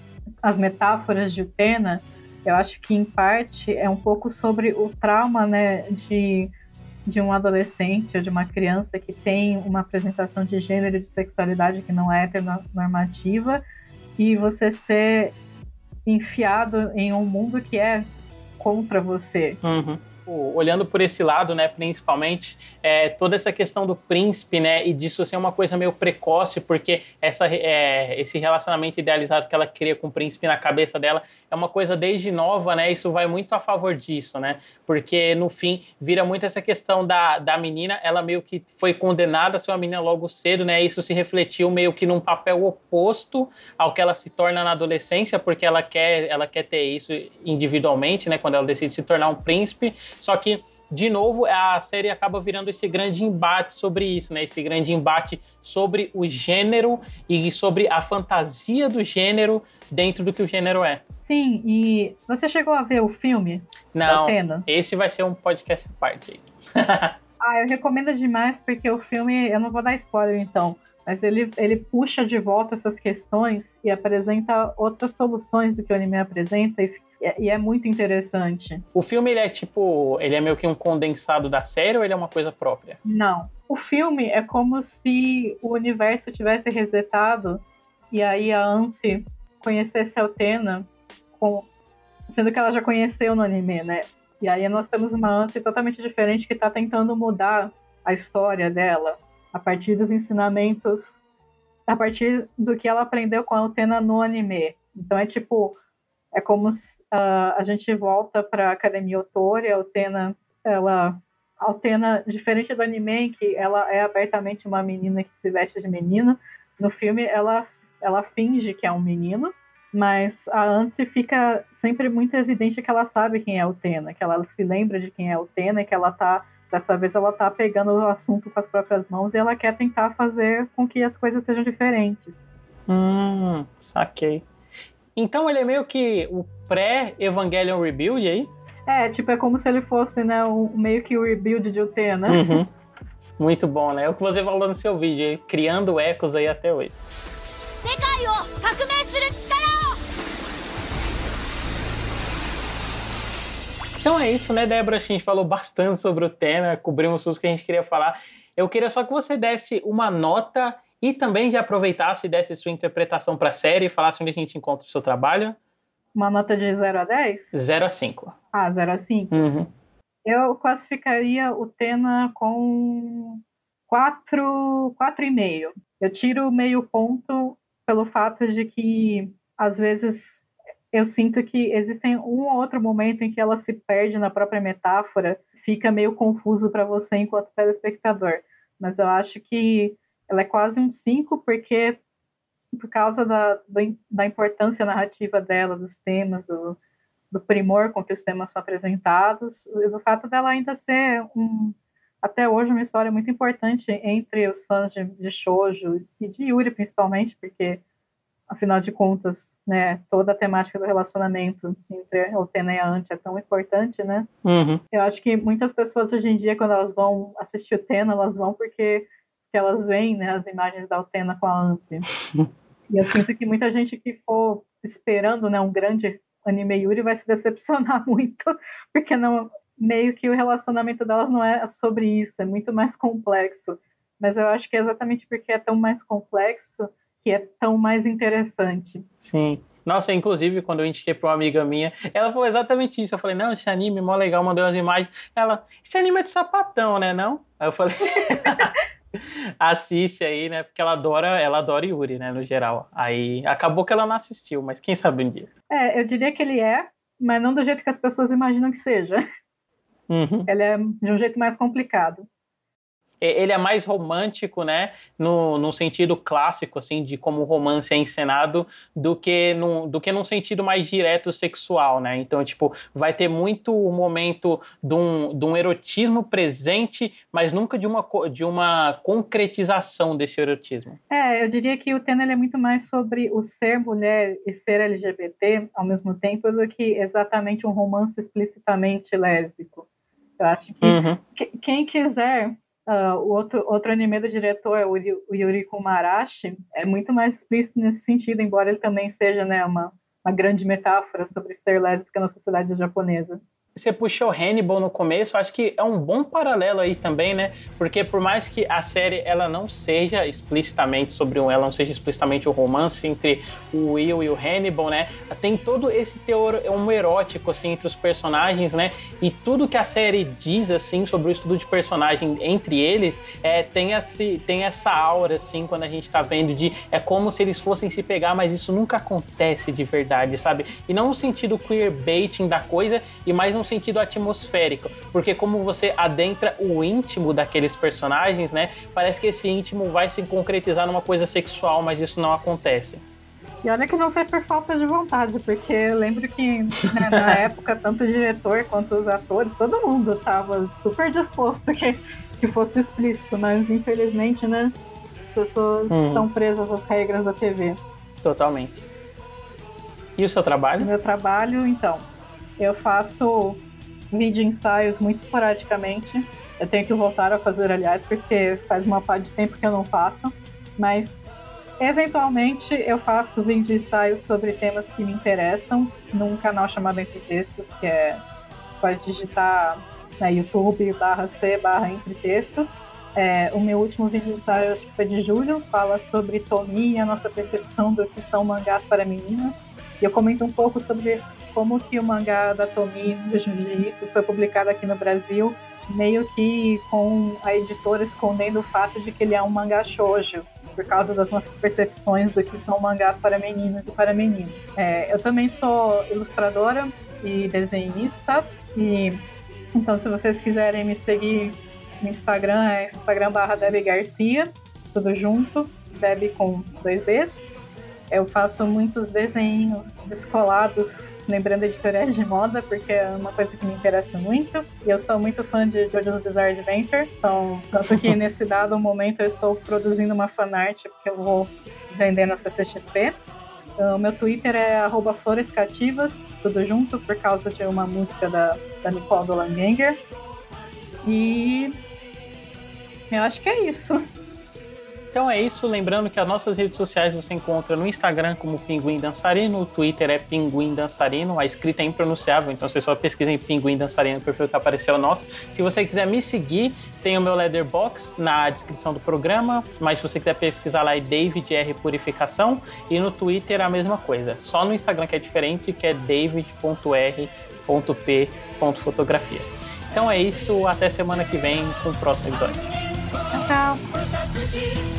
S2: as metáforas de Utena, eu acho que, em parte, é um pouco sobre o trauma, né, de, de um adolescente ou de uma criança que tem uma apresentação de gênero e de sexualidade que não é heteronormativa, e você ser enfiado em um mundo que é contra você.
S1: Uhum. tipo, olhando por esse lado, né, principalmente, é, toda essa questão do príncipe, né, e disso ser uma coisa meio precoce, porque essa, é, esse relacionamento idealizado que ela cria com o príncipe na cabeça dela é uma coisa desde nova, né, isso vai muito a favor disso, né, porque no fim vira muito essa questão da, da menina, ela meio que foi condenada a ser uma menina logo cedo, né, isso se refletiu meio que num papel oposto ao que ela se torna na adolescência, porque ela quer, ela quer ter isso individualmente, né, quando ela decide se tornar um príncipe, só que de novo, a série acaba virando esse grande embate sobre isso, né? Esse grande embate sobre o gênero e sobre a fantasia do gênero dentro do que o gênero é.
S2: Sim, e você chegou a ver o filme?
S1: Não, esse vai ser um podcast à parte aí.
S2: Ah, eu recomendo demais, porque o filme, eu não vou dar spoiler então, mas ele, ele puxa de volta essas questões e apresenta outras soluções do que o anime apresenta, e E é muito interessante.
S1: O filme, ele é tipo... Ele é meio que um condensado da série ou ele é uma coisa própria?
S2: Não. O filme é como se o universo tivesse resetado e aí a Anse conhecesse a Utena, com... sendo que ela já conheceu no anime, né? E aí nós temos uma Anse totalmente diferente que tá tentando mudar a história dela a partir dos ensinamentos, a partir do que ela aprendeu com a Utena no anime. Então é tipo... É como se uh, a gente volta para a Academia Otori, a Utena, ela, a Utena, diferente do anime, em que ela é abertamente uma menina que se veste de menina, no filme ela, ela finge que é um menino, mas a Anse fica sempre muito evidente que ela sabe quem é a Utena, que ela se lembra de quem é a Utena, e que ela tá, dessa vez ela tá pegando o assunto com as próprias mãos e ela quer tentar fazer com que as coisas sejam diferentes.
S1: Hum, saquei. Então ele é meio que o pré-Evangelion Rebuild aí?
S2: É, tipo, é como se ele fosse, né, um, meio que o rebuild de Utena.
S1: Uhum. Muito bom, né? É o que você falou no seu vídeo aí, criando ecos aí até hoje. Então é isso, né, Débora? A gente falou bastante sobre o tema, cobrimos tudo que a gente queria falar. Eu queria só que você desse uma nota e também já aproveitasse e desse sua interpretação para a série e falasse onde a gente encontra o seu trabalho.
S2: Uma nota de zero a dez?
S1: zero a cinco.
S2: Ah, zero a cinco?
S1: Uhum.
S2: Eu classificaria o Utena com quatro, quatro e meio. Eu tiro meio ponto pelo fato de que, às vezes, eu sinto que existem um ou outro momento em que ela se perde na própria metáfora, fica meio confuso para você enquanto telespectador. Mas eu acho que ela é quase um cinco, porque por causa da, da importância narrativa dela, dos temas, do, do primor com que os temas são apresentados, e do fato dela ainda ser, um, até hoje, uma história muito importante entre os fãs de, de shoujo e de Yuri, principalmente, porque, afinal de contas, né, toda a temática do relacionamento entre a Utena e a Ante é tão importante, né?
S1: Uhum.
S2: Eu acho que muitas pessoas hoje em dia, quando elas vão assistir Utena, elas vão porque que elas veem, né, as imagens da Utena com a Ante. E eu sinto que muita gente que for esperando, né, um grande anime Yuri vai se decepcionar muito, porque não, meio que o relacionamento delas não é sobre isso, é muito mais complexo. Mas eu acho que é exatamente porque é tão mais complexo que é tão mais interessante.
S1: Sim. Nossa, inclusive, quando eu indiquei pra uma amiga minha, ela falou exatamente isso. Eu falei, não, esse anime é mó legal, mandei umas imagens. Ela, esse anime é de sapatão, né, não? Aí eu falei... assiste aí, né? Porque ela adora, ela adora Yuri, né? No geral. Aí acabou que ela não assistiu, mas quem sabe um dia.
S2: É, eu diria que ele é, mas não do jeito que as pessoas imaginam que seja.
S1: Uhum.
S2: Ele é de um jeito mais complicado.
S1: Ele é mais romântico, né? No, no sentido clássico, assim, de como o romance é encenado, do que, no, do que num sentido mais direto sexual, né? Então, tipo, vai ter muito o momento de um, de um erotismo presente, mas nunca de uma, de uma concretização desse erotismo.
S2: É, eu diria que o Utena é muito mais sobre o ser mulher e ser L G B T ao mesmo tempo do que exatamente um romance explicitamente lésbico. Eu acho que,
S1: uhum.
S2: que quem quiser... Uh, o outro, outro anime do diretor é o, o Yuri Kumarashi, é muito mais explícito nesse sentido, embora ele também seja, né, uma, uma grande metáfora sobre ser lésbica na sociedade japonesa.
S1: Você puxou Hannibal no começo, acho que é um bom paralelo aí também, né? Porque por mais que a série ela não seja explicitamente sobre um, ela não seja explicitamente um romance entre o Will e o Hannibal, né? Tem todo esse teor um erótico assim entre os personagens, né? E tudo que a série diz assim sobre o estudo de personagem entre eles, é, tem esse tem essa aura assim quando a gente tá vendo de é como se eles fossem se pegar, mas isso nunca acontece de verdade, sabe? E não no sentido queerbaiting da coisa, e mais no sentido atmosférico, porque como você adentra o íntimo daqueles personagens, né, parece que esse íntimo vai se concretizar numa coisa sexual, mas isso não acontece.
S2: E olha que não foi por falta de vontade, porque eu lembro que, né, na época, tanto o diretor quanto os atores, todo mundo estava super disposto que, que fosse explícito, mas infelizmente, né, as pessoas hum. estão presas às regras da T V.
S1: Totalmente. E o seu trabalho?
S2: O meu trabalho, então, eu faço vídeo ensaios muito esporadicamente. Eu tenho que voltar a fazer, aliás, porque faz uma parte de tempo que eu não faço. Mas, eventualmente, eu faço vídeo ensaios sobre temas que me interessam num canal chamado Entre Textos, que é... pode digitar na YouTube, barra C, barra Entre Textos. É, o meu último vídeo ensaio, acho que foi de julho, fala sobre Tomi e a nossa percepção do que são mangás para meninas. E eu comento um pouco sobre como que o mangá da Tomi, do Junji Ito, foi publicado aqui no Brasil, meio que com a editora escondendo o fato de que ele é um mangá shoujo, por causa das nossas percepções do que são mangás para meninas e para meninos. É, eu também sou ilustradora e desenhista, e então se vocês quiserem me seguir no Instagram, é Instagram barra Debbie Garcia, tudo junto, Debbie com dois Bs. Eu faço muitos desenhos descolados, lembrando editoriais de moda, porque é uma coisa que me interessa muito. E eu sou muito fã de JoJo's Bizarre Adventure, então, tanto que nesse dado momento eu estou produzindo uma fanart, porque eu vou vender na C C X P. O meu Twitter é arroba florescativas, tudo junto, por causa de uma música da, da Nicole Dolanganger. E eu acho que é isso.
S1: Então é isso, lembrando que as nossas redes sociais você encontra no Instagram como Pinguim Dançarino, o Twitter é Pinguim Dançarino, a escrita é impronunciável, então você só pesquisa em Pinguim Dançarino, o perfil que apareceu é o nosso. Se você quiser me seguir, tem o meu Letterboxd na descrição do programa, mas se você quiser pesquisar lá é David R Purificação, e no Twitter a mesma coisa, só no Instagram que é diferente, que é david ponto r ponto p ponto fotografia. Então é isso, até semana que vem com o próximo episódio.
S2: Tchau.